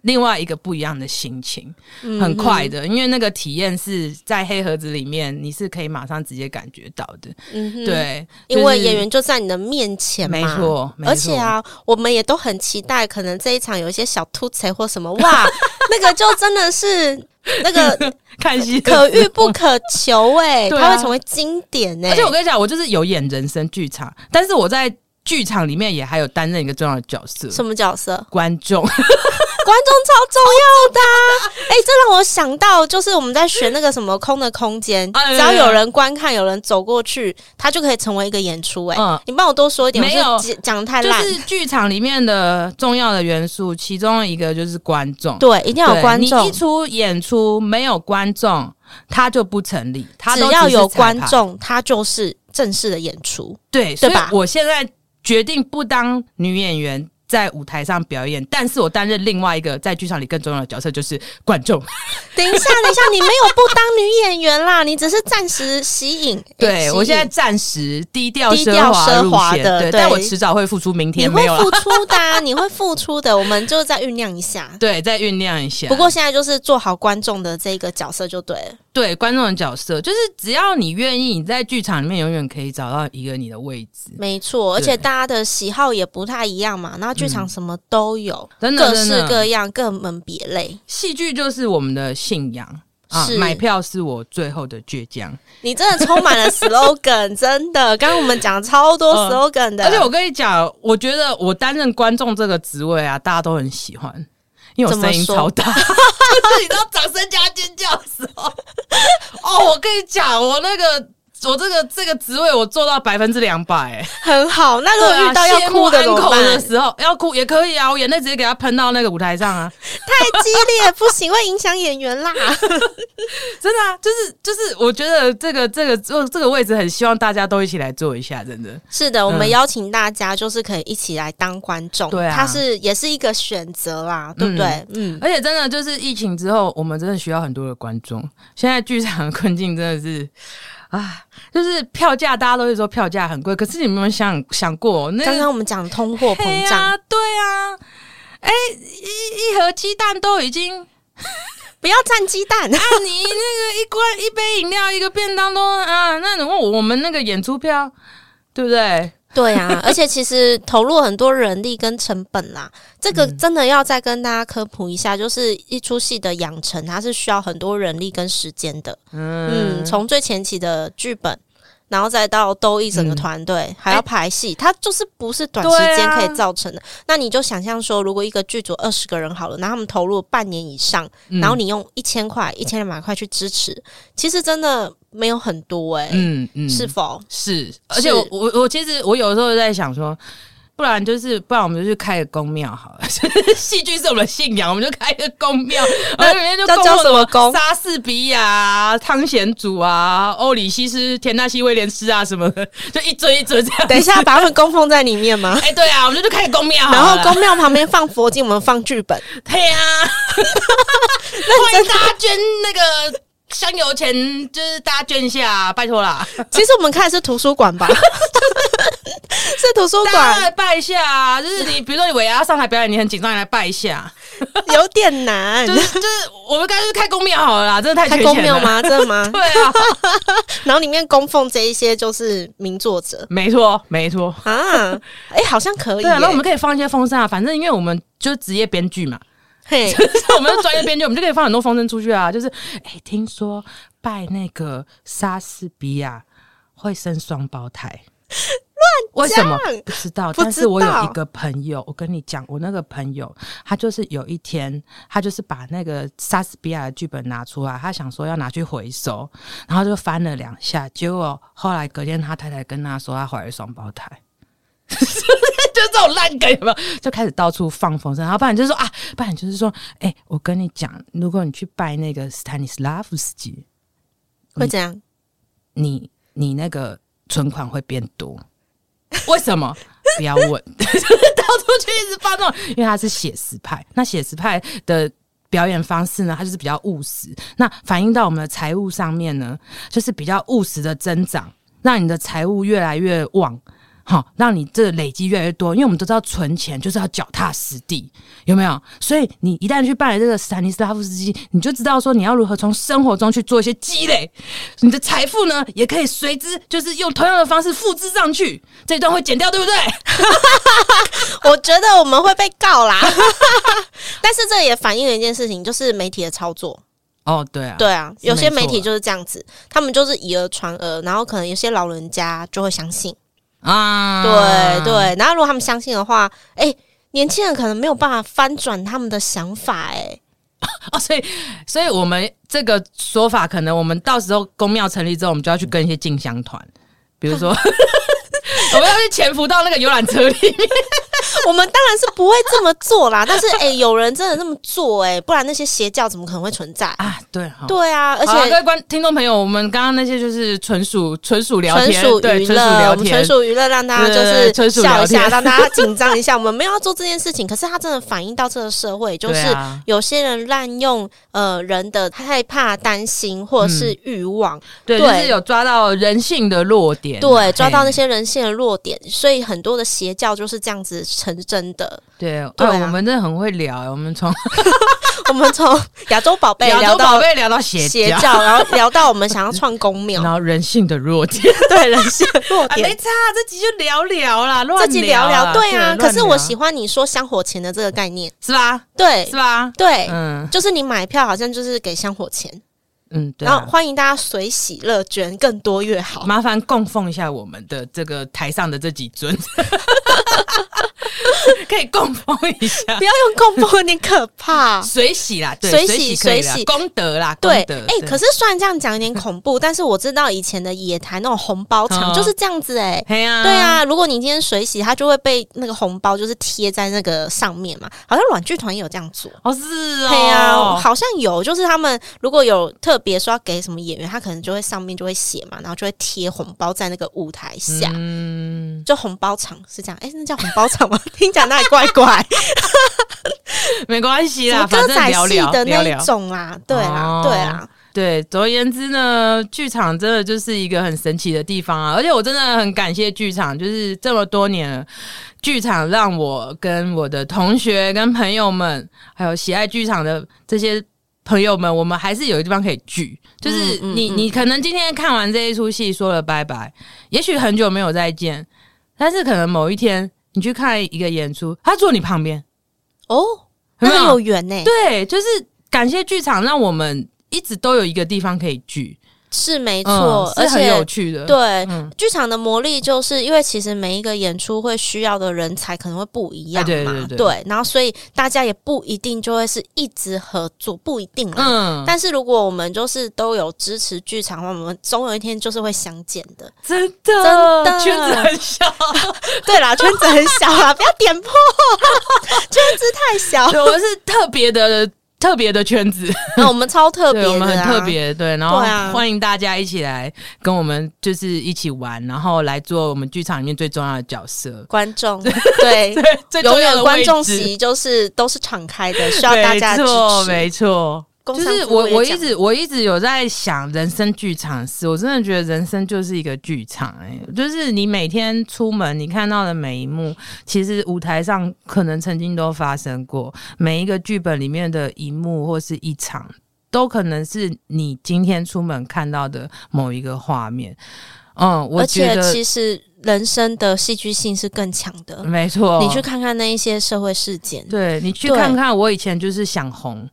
S2: 另外一个不一样的心情，嗯、很快的，因为那个体验是在黑盒子里面，你是可以马上直接感觉到的。嗯，对，
S1: 因为演员就在你的面前嘛，
S2: 没错，
S1: 而且啊，我们也都很期待，可能这一场有一些小突贼或什么，哇，那个就真的是那个
S2: 看戏
S1: 可遇不可求哎、欸，
S2: 啊、
S1: 它会成为经典哎、欸。
S2: 而且我跟你讲，我就是有演人生剧场，但是我在剧场里面也还有担任一个重要的角色。
S1: 什么角色？
S2: 观众。
S1: 观众超重要的、啊，哎、欸，这让我想到，就是我们在学那个什么空的空间，只要有人观看，有人走过去，他就可以成为一个演出、欸。哎、嗯，你帮我多说一点，
S2: 没有
S1: 讲太烂。
S2: 就是剧场里面的重要的元素，其中一个就是观众，
S1: 对，一定要有观众。
S2: 你一出演出没有观众，它就不成立。它
S1: 只要有观众，它就是正式的演出，
S2: 对，对吧？所以我现在决定不当女演员。在舞台上表演，但是我担任另外一个在剧场里更重要的角色，就是观众。
S1: 等一下，等一下，你没有不当女演员啦，你只是暂时吸引。
S2: 对、欸、我现在暂时低调奢华路线的，对，但我迟早会付出。明天没有了，
S1: 你会付出的、啊，你会付出的，我们就再酝酿一下。
S2: 对，再酝酿一下。
S1: 不过现在就是做好观众的这个角色就对了。
S2: 对，观众的角色就是只要你愿意，你在剧场里面永远可以找到一个你的位置。
S1: 没错，而且大家的喜好也不太一样嘛，然后剧场什么都有，
S2: 嗯、真的
S1: 各式各样，各门别类。
S2: 戏剧就是我们的信仰啊，买票是我最后的倔强。
S1: 你真的充满了 slogan， 真的。刚刚我们讲超多 slogan 的、
S2: 呃，而且我跟你讲，我觉得我担任观众这个职位啊，大家都很喜欢。因为我声音超大，就是你知道掌声加尖叫的时候，哦，我跟你讲，我那个我这个这个职位我做到百分之两百，
S1: 很好。那如果遇到要哭的怎么办？
S2: 的时候要哭也可以啊，我眼泪直接给他喷到那个舞台上啊，
S1: 太激烈不行，会影响演员啦。
S2: 真的啊，就是就是，我觉得这个这个这个位置很希望大家都一起来做一下，真的
S1: 是的，我们邀请大家就是可以一起来当观众，对、嗯、啊，它是也是一个选择啦，对不对？嗯，
S2: 嗯而且真的就是疫情之后，我们真的需要很多的观众。现在剧场的困境真的是。啊，就是票价，大家都会说票价很贵，可是你们有没有想想过？那
S1: 刚刚我们讲通货膨胀、
S2: 啊，对啊，哎、欸，一一盒鸡蛋都已经
S1: 不要蘸鸡蛋啊！
S2: 你那个一罐一杯饮料一个便当都啊，那你问我们那个演出票，对不对？
S1: 对啊，而且其实投入很多人力跟成本啦，这个真的要再跟大家科普一下，就是一出戏的养成，它是需要很多人力跟时间的。嗯，从、嗯、最前期的剧本，然后再到兜一整个团队、嗯，还要排戏、欸，它就是不是短时间可以造成的。啊、那你就想象说，如果一个剧组二十个人好了，然后他们投入半年以上，嗯、然后你用一千块、一千两百块去支持，其实真的。没有很多哎、欸，嗯嗯，是否
S2: 是？而且我我我其实我有时候在想说，不然就是不然我们就去开个宫庙好了。戏剧是我们的信仰，我们就开个宫庙，然后里面就供什么宫？莎士比亚、汤显祖啊、欧里西斯、田纳西威廉斯啊什么的，就一尊一尊这样。
S1: 等一下把他们供奉在里面吗？
S2: 哎、欸，对啊，我们就去开个宫庙，
S1: 然后宫庙旁边放佛经，我们放剧本。
S2: 对啊，欢迎大家捐那个。香油钱就是大家捐一下，拜托啦。
S1: 其实我们开的是图书馆吧，是图书馆，
S2: 大家来拜一下、啊。就是你，比如说你尾牙上台表演，你很紧张，你来拜一下，
S1: 有点难。
S2: 就是就是，我们干脆开宫庙好了啦，真的太缺钱了。
S1: 开宫庙吗？真的吗？
S2: 对啊。
S1: 然后里面供奉这一些就是名作者，
S2: 没错没错
S1: 啊。哎、欸，好像可以、欸。
S2: 对啊，然后我们可以放一些风声啊，反正因为我们就是职业编剧嘛。
S1: 嘿、
S2: hey. 我们是专业编剧，我们就可以放很多风声出去啊。就是，哎、欸，听说拜那个莎士比亚会生双胞胎，
S1: 乱
S2: 为什么不知道？但是我有一个朋友，我跟你讲，我那个朋友，他就是有一天，他就是把那个莎士比亚的剧本拿出来，他想说要拿去回收，然后就翻了两下，结果后来隔天他太太跟他说，他怀了双胞胎。就这种烂梗有没有？就开始到处放风声，然后不然就是说啊，不然就是说，哎、欸，我跟你讲，如果你去拜那个斯坦尼斯拉夫斯基，
S1: 会怎样？
S2: 你你那个存款会变多？为什么？不要问，就是到处去一直发这种，因为他是写实派，那写实派的表演方式呢，它就是比较务实，那反映到我们的财务上面呢，就是比较务实的增长，让你的财务越来越旺。 好，让你这累积越来越多，因为我们都知道存钱就是要脚踏实地，有没有？所以你一旦去办了这个斯坦尼斯拉夫斯基，你就知道说你要如何从生活中去做一些积累，你的财富呢也可以随之就是用同样的方式复制上去。这一段会剪掉，对不对？
S1: 我觉得我们会被告啦，但是这也反映了一件事情，就是媒体的操作。
S2: 哦，对啊，
S1: 对啊，有些媒体就是这样子，他们就是以讹传讹，然后可能有些老人家就会相信啊，对对，然后如果他们相信的话，哎、欸，年轻人可能没有办法翻转他们的想法、欸，哎，
S2: 哦，所以，所以我们这个说法，可能我们到时候公庙成立之后，我们就要去跟一些进香团，比如说。我们要去潜伏到那个游览车里面
S1: 我们当然是不会这么做啦，但是哎、欸，有人真的这么做哎、欸，不然那些邪教怎么可能会存在
S2: 啊？对，
S1: 对啊，而且
S2: 各位观听众朋友，我们刚刚那些就是纯属纯属聊天，
S1: 纯属娱乐，我们纯属娱乐，让大家就是笑一下，让大家紧张一下。我们没有要做这件事情，可是它真的反映到这个社会，就是有些人滥用呃人的害怕、担心或者是欲望、嗯，
S2: 对，就是有抓到人性的弱点，
S1: 对，抓到那些人性的弱点，所以很多的邪教就是这样子成真的。
S2: 对，对、啊欸，我们真的很会聊、欸，我们从
S1: 我们从亚洲宝贝聊到
S2: 聊到邪
S1: 邪教，然后聊到我们想要创公庙，
S2: 然后人性的弱点，
S1: 对人性的弱点，
S2: 啊、没差，这集就聊聊啦，
S1: 这集聊聊，对啊。
S2: 对，
S1: 可是我喜欢你说香火钱的这个概念，
S2: 是吧？
S1: 对，
S2: 是吧？
S1: 对，嗯，就是你买票好像就是给香火钱。
S2: 嗯，对、啊，
S1: 然后欢迎大家随喜乐捐，更多越好。
S2: 麻烦供奉一下我们的这个台上的这几尊，可以供奉一下。
S1: 不要用供奉，有点可怕。
S2: 随喜啦，对，
S1: 随喜随喜
S2: 功德啦，
S1: 对。
S2: 哎、
S1: 欸，可是虽然这样讲有点恐怖，但是我知道以前的野台那种红包场就是这样子哎、欸
S2: 啊，
S1: 对啊。如果你今天随喜，它就会被那个红包就是贴在那个上面嘛。好像软剧团也有这样做
S2: 哦，是哦，
S1: 对啊，好像有，就是他们如果有特别说要给什么演员，他可能就会上面就会写嘛，然后就会贴红包在那个舞台下，嗯，就红包场是这样。哎、欸，那叫红包场吗？听起来那里怪怪，
S2: 没关系啦，
S1: 歌仔戏的那
S2: 一
S1: 种啦，对啦，哦、对啦。
S2: 对，总而言之呢，剧场真的就是一个很神奇的地方啊！而且我真的很感谢剧场，就是这么多年了，剧场让我跟我的同学、跟朋友们，还有喜爱剧场的这些朋友们，我们还是有一个地方可以聚。就是你，嗯嗯嗯、你可能今天看完这一出戏，说了拜拜，也许很久没有再见，但是可能某一天你去看一个演出，他坐你旁边，
S1: 哦，那很有缘呢。
S2: 对，就是感谢剧场，让我们一直都有一个地方可以聚，
S1: 是没错、
S2: 嗯，是很有趣的。
S1: 对，剧、嗯、场的魔力就是因为其实每一个演出会需要的人才可能会不一样嘛，
S2: 对对对对，
S1: 对，然后所以大家也不一定就会是一直合作，不一定啦。嗯，但是如果我们就是都有支持剧场的话，我们总有一天就是会相见的，
S2: 真的，
S1: 真的，
S2: 圈子很小。
S1: 对啦，圈子很小啦，不要点破，圈子太小。
S2: 对，我们是特别的。特别的圈子，
S1: 那我们超特别的、啊，
S2: 我们很特别，对，然后欢迎大家一起来跟我们，就是一起玩，然后来做我们剧场里面最重要的角色，
S1: 观众，对，
S2: 对，最重要的
S1: 观众席就是都是敞开的，需要大家支持，
S2: 没错，没错。就是我，我一直我一直有在想人生剧场事，我真的觉得人生就是一个剧场、欸，哎，就是你每天出门你看到的每一幕，其实舞台上可能曾经都发生过，每一个剧本里面的一幕或是一场，都可能是你今天出门看到的某一个画面。嗯，我觉得
S1: 而且其实人生的戏剧性是更强的，
S2: 没错。
S1: 你去看看那一些社会事件，
S2: 对，你去看看我以前就是想红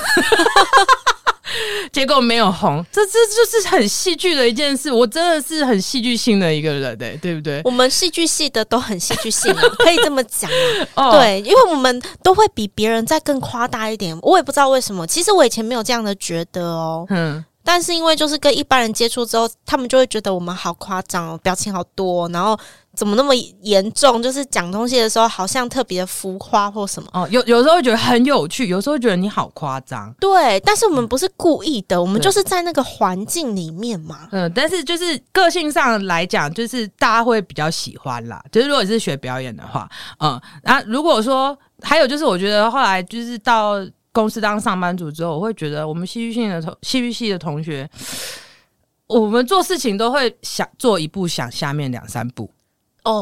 S2: 结果没有红，这这就是很戏剧的一件事。我真的是很戏剧性的一个人、欸、对不对？
S1: 我们戏剧系的都很戏剧性、啊、可以这么讲啊、哦、对，因为我们都会比别人再更夸大一点，我也不知道为什么，其实我以前没有这样的觉得哦。嗯，但是因为就是跟一般人接触之后，他们就会觉得我们好夸张哦，表情好多，然后怎么那么严重，就是讲东西的时候好像特别浮夸或什么
S2: 哦。有有时候会觉得很有趣，有时候会觉得你好夸张。
S1: 对，但是我们不是故意的，我们就是在那个环境里面嘛。
S2: 嗯，但是就是个性上来讲，就是大家会比较喜欢啦。就是如果你是学表演的话，嗯，啊，如果说还有就是，我觉得后来就是到公司当上班族之后，我会觉得我们戏剧系的同戏剧系的同学，我们做事情都会想做一步想下面两三步。
S1: 哦，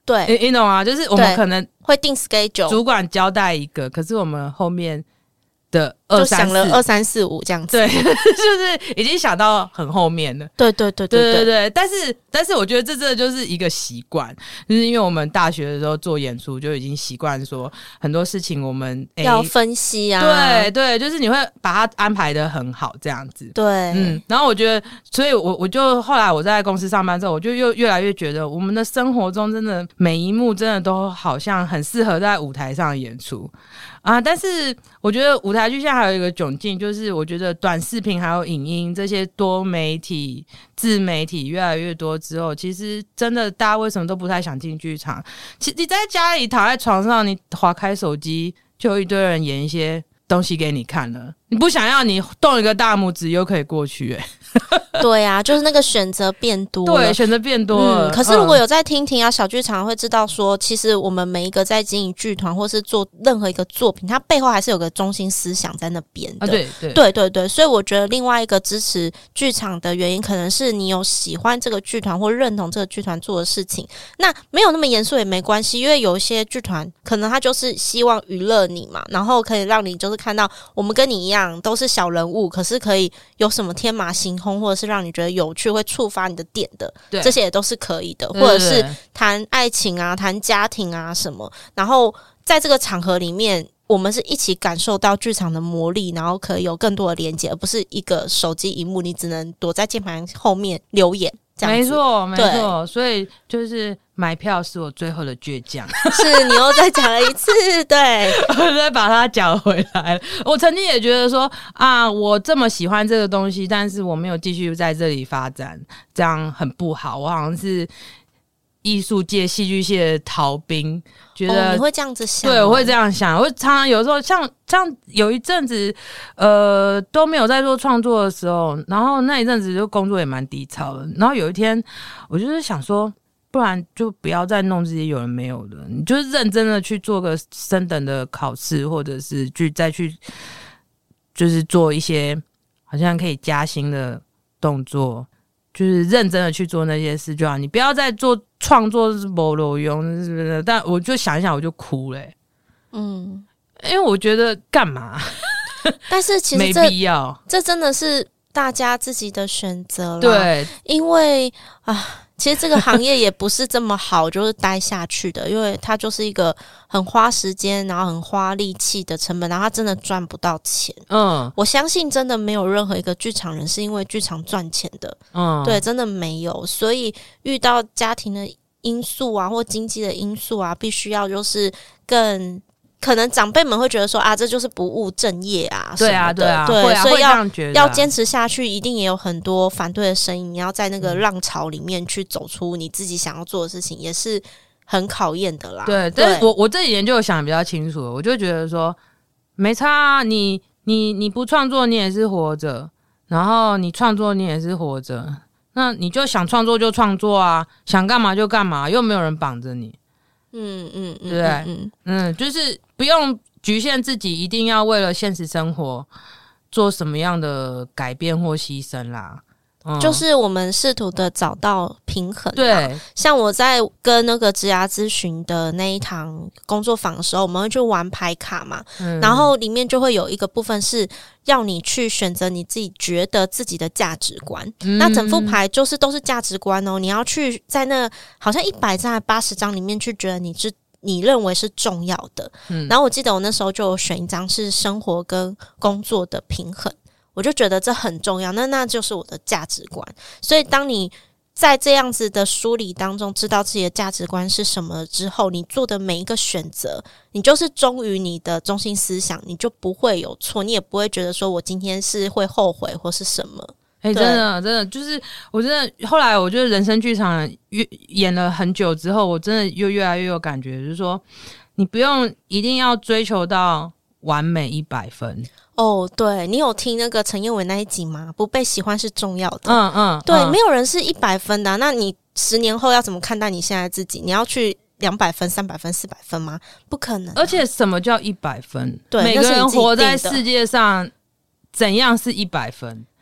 S1: 对，
S2: 你你懂吗？就是我们可能
S1: 会定 schedule，
S2: 主管交代一个，可是我们后面的二三四
S1: 就想了二三四五这样子，
S2: 对，就是已经想到很后面了。
S1: 对对对对对
S2: 对, 对, 对但是但是我觉得这真的就是一个习惯，就是因为我们大学的时候做演出就已经习惯说很多事情我们、欸、
S1: 要分析啊，
S2: 对对，就是你会把它安排得很好这样子。
S1: 对，
S2: 嗯，然后我觉得，所以我我就后来我在公司上班之后，我就又越来越觉得我们的生活中真的每一幕真的都好像很适合在舞台上演出啊。但是我觉得舞台剧现在还有一个窘境，就是我觉得短视频还有影音这些多媒体自媒体越来越多之后，其实真的大家为什么都不太想进剧场？其实你在家里躺在床上，你滑开手机，就有一堆人演一些东西给你看了，你不想要，你动一个大拇指又可以过去、欸
S1: 对啊，就是那个选择变多了，
S2: 对，选择变多了、
S1: 嗯。可是如果有在听听啊小剧场，会知道说，其实我们每一个在经营剧团或是做任何一个作品，它背后还是有个中心思想在那边的。
S2: 啊、对对
S1: 对对对，所以我觉得另外一个支持剧场的原因，可能是你有喜欢这个剧团或认同这个剧团做的事情。那没有那么严肃也没关系，因为有一些剧团可能他就是希望娱乐你嘛，然后可以让你就是看到我们跟你一样都是小人物，可是可以有什么天马行空，或者是让你觉得有趣会触发你的点的，这些也都是可以的，
S2: 对
S1: 或者是谈爱情啊谈家庭啊什么，然后在这个场合里面我们是一起感受到剧场的魔力，然后可以有更多的连接，而不是一个手机荧幕你只能躲在键盘后面留言这样子。
S2: 没错没错，所以就是买票是我最后的倔强。
S1: 是你又再讲了一次，对，
S2: 我再把它讲回来。我曾经也觉得说啊，我这么喜欢这个东西，但是我没有继续在这里发展，这样很不好。我好像是艺术界戏剧界的逃兵，觉得、
S1: 哦、你会这样子想、哦？
S2: 对，我会这样想。我常常有时候像像有一阵子，呃，都没有在做创作的时候，然后那一阵子就工作也蛮低潮的。然后有一天，我就是想说，不然就不要再弄这些有人没有的，你就是认真的去做个升等的考试，或者是去再去，就是做一些好像可以加薪的动作。就是认真的去做那些事就好，你不要再做创作是没路用，是不是？但我就想一想，我就哭了、欸。嗯，因为我觉得干嘛？
S1: 但是其实这
S2: 没必要，
S1: 这真的是大家自己的选择啦。
S2: 对，
S1: 因为啊。其实这个行业也不是这么好就是待下去的，因为它就是一个很花时间然后很花力气的成本，然后它真的赚不到钱。嗯，我相信真的没有任何一个剧场人是因为剧场赚钱的。嗯，对，真的没有。所以遇到家庭的因素啊或经济的因素啊，必须要就是更可能长辈们会觉得说啊，这就是不务正业啊什么的，
S2: 对啊对啊，
S1: 对，
S2: 会啊，
S1: 所以要、
S2: 啊、
S1: 要坚持下去，一定也有很多反对的声音。你要在那个浪潮里面去走出你自己想要做的事情，也是很考验的啦。
S2: 对，但是我我这几年就有想比较清楚了，我就觉得说没差啊，你你你不创作你也是活着，然后你创作你也是活着，那你就想创作就创作啊，想干嘛就干嘛，又没有人绑着你。嗯嗯嗯，对，嗯嗯，就是不用局限自己，一定要为了现实生活做什么样的改变或牺牲啦。嗯、
S1: 就是我们试图的找到平衡。
S2: 对，
S1: 像我在跟那个职涯咨询的那一堂工作坊的时候，我们会去玩牌卡嘛、嗯，然后里面就会有一个部分是要你去选择你自己觉得自己的价值观、嗯、那整副牌就是都是价值观哦，你要去在那好像一百张还八十张里面去觉得你是你认为是重要的、嗯、然后我记得我那时候就有选一张是生活跟工作的平衡，我就觉得这很重要，那那就是我的价值观。所以当你在这样子的梳理当中知道自己的价值观是什么之后，你做的每一个选择你就是忠于你的中心思想，你就不会有错，你也不会觉得说我今天是会后悔或是什么。
S2: 哎、欸，真的真的就是我真的后来我觉得人生剧场越演了很久之后，我真的又越来越有感觉，就是说你不用一定要追求到完美一百分。
S1: 哦，对，你有听那个陈彥伟那一集吗？不被喜欢是重要的。
S2: 嗯嗯，
S1: 对，
S2: 嗯、
S1: 没有人是一百分的、啊，那你十年后要怎么看待你现在自己？你要去两百分、三百分、四百分吗？不可能、啊。
S2: 而且什么叫一百分？
S1: 对，
S2: 每个人活在世界上，怎样是一百分？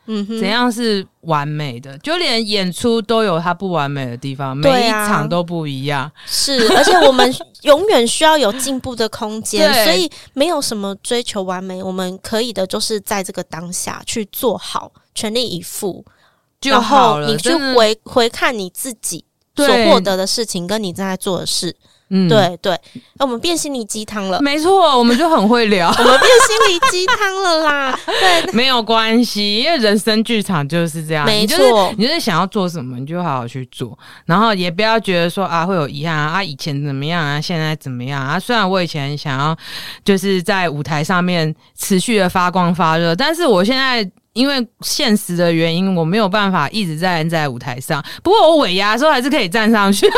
S2: 嗯哼，怎样是完美的？就连演出都有它不完美的地方，每一场都不一样。
S1: 是，而且我们永远需要有进步的空间，所以没有什么追求完美，我们可以的就是在这个当下去做好，全力以赴就好了。然后你去回回看你自己所获得的事情，跟你正在做的事。嗯，对对，我们变心理鸡汤了，
S2: 没错，我们就很会聊，
S1: 我们变心理鸡汤了啦。对，
S2: 没有关系，因为人生剧场就是这样，
S1: 没错，
S2: 你就是你就是想要做什么，你就好好去做，然后也不要觉得说啊会有遗憾啊，啊以前怎么样啊，现在怎么样啊。虽然我以前想要就是在舞台上面持续的发光发热，但是我现在。因为现实的原因，我没有办法一直站在舞台上。不过我尾牙的时候还是可以站上去，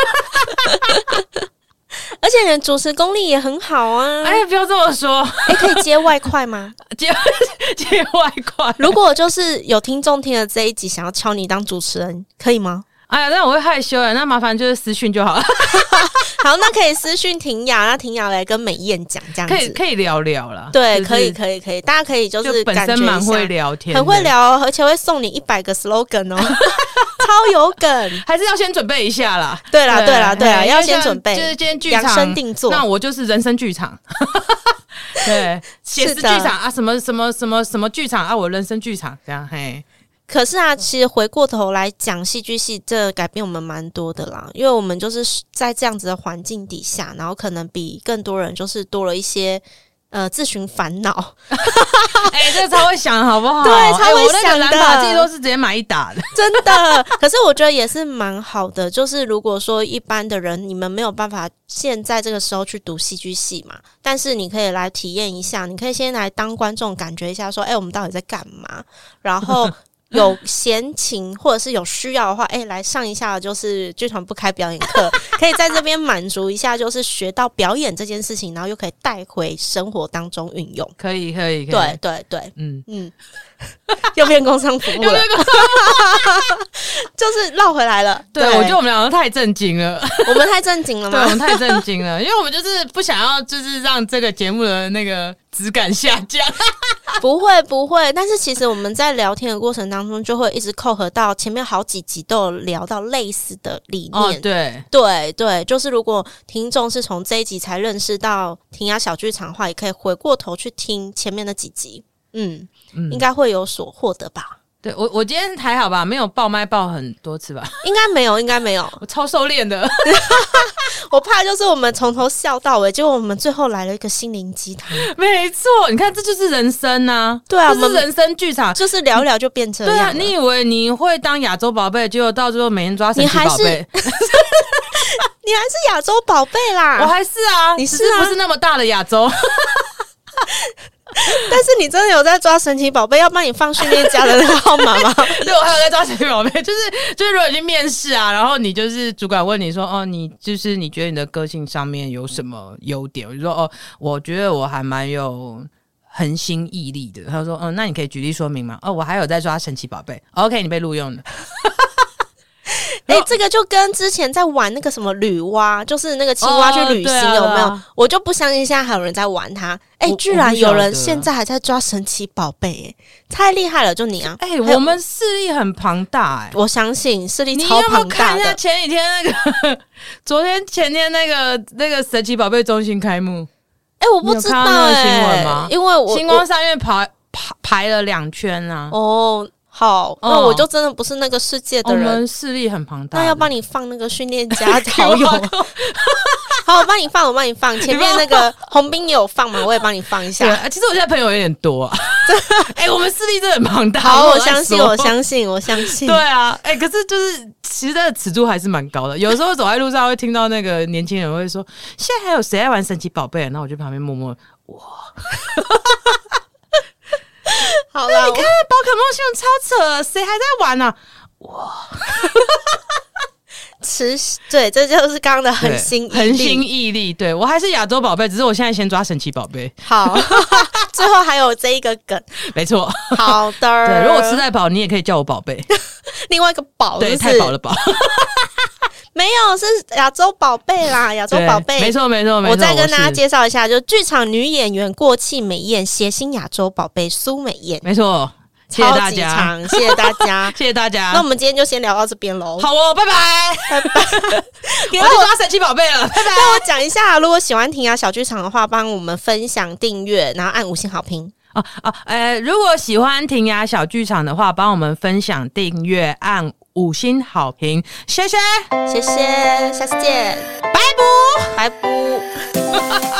S1: 而且人主持功力也很好啊！
S2: 哎，不要这么说，
S1: 哎，可以接外快吗？
S2: 接接外快。
S1: 如果就是有听众听了这一集，想要敲你当主持人，可以吗？
S2: 哎呀，那我会害羞哎，那麻烦就是私讯就好了。
S1: 好，那可以私讯庭雅，那庭雅来跟美燕讲，这样子
S2: 可以可以聊聊啦。
S1: 对，
S2: 就是、
S1: 可以可以可以，大家可以就是
S2: 就本身蛮会聊天，
S1: 很会聊，而且会送你一百个 slogan 哦，超有梗，
S2: 还是要先准备一下啦。
S1: 对啦对啦对啦，要先准备，
S2: 就是今天剧场
S1: 量身定做，
S2: 那我就是人生剧场。对，写实剧场啊，什么什么什么什么剧场啊，我人生剧场这样嘿。
S1: 可是啊，其实回过头来讲，戏剧系这改变我们蛮多的啦，因为我们就是在这样子的环境底下，然后可能比更多人就是多了一些呃自寻烦恼。
S2: 哎、欸，这个超会想好不好？
S1: 对，超会想的。
S2: 欸、我那个蓝法自己都是直接买一打的，
S1: 真的。可是我觉得也是蛮好的，就是如果说一般的人你们没有办法现在这个时候去读戏剧系嘛，但是你可以来体验一下，你可以先来当观众，感觉一下说，哎、欸，我们到底在干嘛？然后。有闲情或者是有需要的话，哎、欸，来上一下就是剧团不开表演课，可以在这边满足一下，就是学到表演这件事情，然后又可以带回生活当中运用。
S2: 可以，可以，可以。
S1: 对对对，嗯嗯，又变工商服务了，就是绕回来了。
S2: 对，
S1: 对
S2: 我觉得我们两个太震惊了，
S1: 我们太震惊了吗？
S2: 对，我们太震惊了，因为我们就是不想要，就是让这个节目的那个质感下降。
S1: 不会不会，但是其实我们在聊天的过程当中，就会一直扣合到前面好几集都有聊到类似的理念。
S2: 哦，对
S1: 对对，就是如果听众是从这一集才认识到庭雅小剧场的话，也可以回过头去听前面的几集，嗯，嗯应该会有所获得吧。
S2: 对我，我今天还好吧，没有爆麦爆很多次吧？
S1: 应该没有，应该没有，
S2: 我超收敛的。
S1: 我怕就是我们从头笑到尾，结果我们最后来了一个心灵鸡汤。
S2: 没错，你看这就是人生啊！
S1: 对啊，
S2: 这是人生剧场，
S1: 就是聊一聊就变这样。
S2: 对啊，你以为你会当亚洲宝贝，结果到最后每天抓神奇宝贝。
S1: 你还是亚洲宝贝啦！
S2: 我还是啊，
S1: 你是啊，
S2: 不是那么大的亚洲。
S1: 但是你真的有在抓神奇宝贝，要帮你放训练家的那个号码吗？
S2: 对，我还有在抓神奇宝贝，就是就是如果你去面试啊，然后你就是主管问你说，哦，你就是你觉得你的个性上面有什么优点？我就说，哦，我觉得我还蛮有恒心毅力的。他说，嗯，那你可以举例说明吗？哦，我还有在抓神奇宝贝。OK， 你被录用了。
S1: 哎、欸，这个就跟之前在玩那个什么旅蛙，就是那个青蛙去旅行、哦、有没有？我就不相信现在还有人在玩它。哎、欸，居然有人现在还在抓神奇宝贝，哎，太厉害了！就你啊，
S2: 哎、欸，我们势力很庞大、欸，哎，
S1: 我相信势力超庞大的。
S2: 你有没有看一下前几天那个，昨天前天那个那个神奇宝贝中心开幕？
S1: 哎、欸，我不知道哎、欸，
S2: 新闻吗？
S1: 因为我
S2: 星光三院排排排了两圈啊。
S1: 哦。好，那我就真的不是那个世界的人。
S2: 我们势力很庞大，
S1: 那要帮你放那个训练家好友。好，我帮你放，我帮你放。前面那个洪斌也有放嘛，我也帮你放一下。
S2: 对，其实我现在朋友有点多啊。哎、欸，我们势力真的很庞大。
S1: 好，我相信，我相信，我相信。
S2: 对啊，哎、欸，可是就是其实它的尺度还是蛮高的。有时候走在路上会听到那个年轻人会说：“现在还有谁在玩神奇宝贝？”然后我就旁边默默哇。
S1: 好啦，
S2: 你看宝可梦新闻超扯，谁还在玩呢、啊？哇！
S1: 持对，这就是刚刚的恒心毅力，
S2: 恒心毅力。对我还是亚洲宝贝，只是我现在先抓神奇宝贝。
S1: 好，最后还有这一个梗，
S2: 没错。
S1: 好的，
S2: 对，如果吃太饱，你也可以叫我宝贝。
S1: 另外一个宝，
S2: 对，太饱了饱。
S1: 没有，是亚洲宝贝啦，亚洲宝贝，
S2: 没错没错没错。
S1: 我再跟大家介绍一下，就剧场女演员过气美艳，谐星亚洲宝贝苏美艳，
S2: 没错。 谢谢大家，
S1: 超级长，谢谢大家，
S2: 谢谢大家。
S1: 那我们今天就先聊到这边喽。
S2: 好哦，拜拜，拜拜。我要去抓神奇宝贝了，拜拜。
S1: 那我讲一下，如果喜欢庭雅小剧场的话，帮我们分享、订阅，然后按五星好评。
S2: 哦哦，呃，如果喜欢庭雅小剧场的话，帮我们分享、订阅、按五星好评，谢谢，
S1: 谢谢，下次见，
S2: 拜拜，
S1: 拜拜。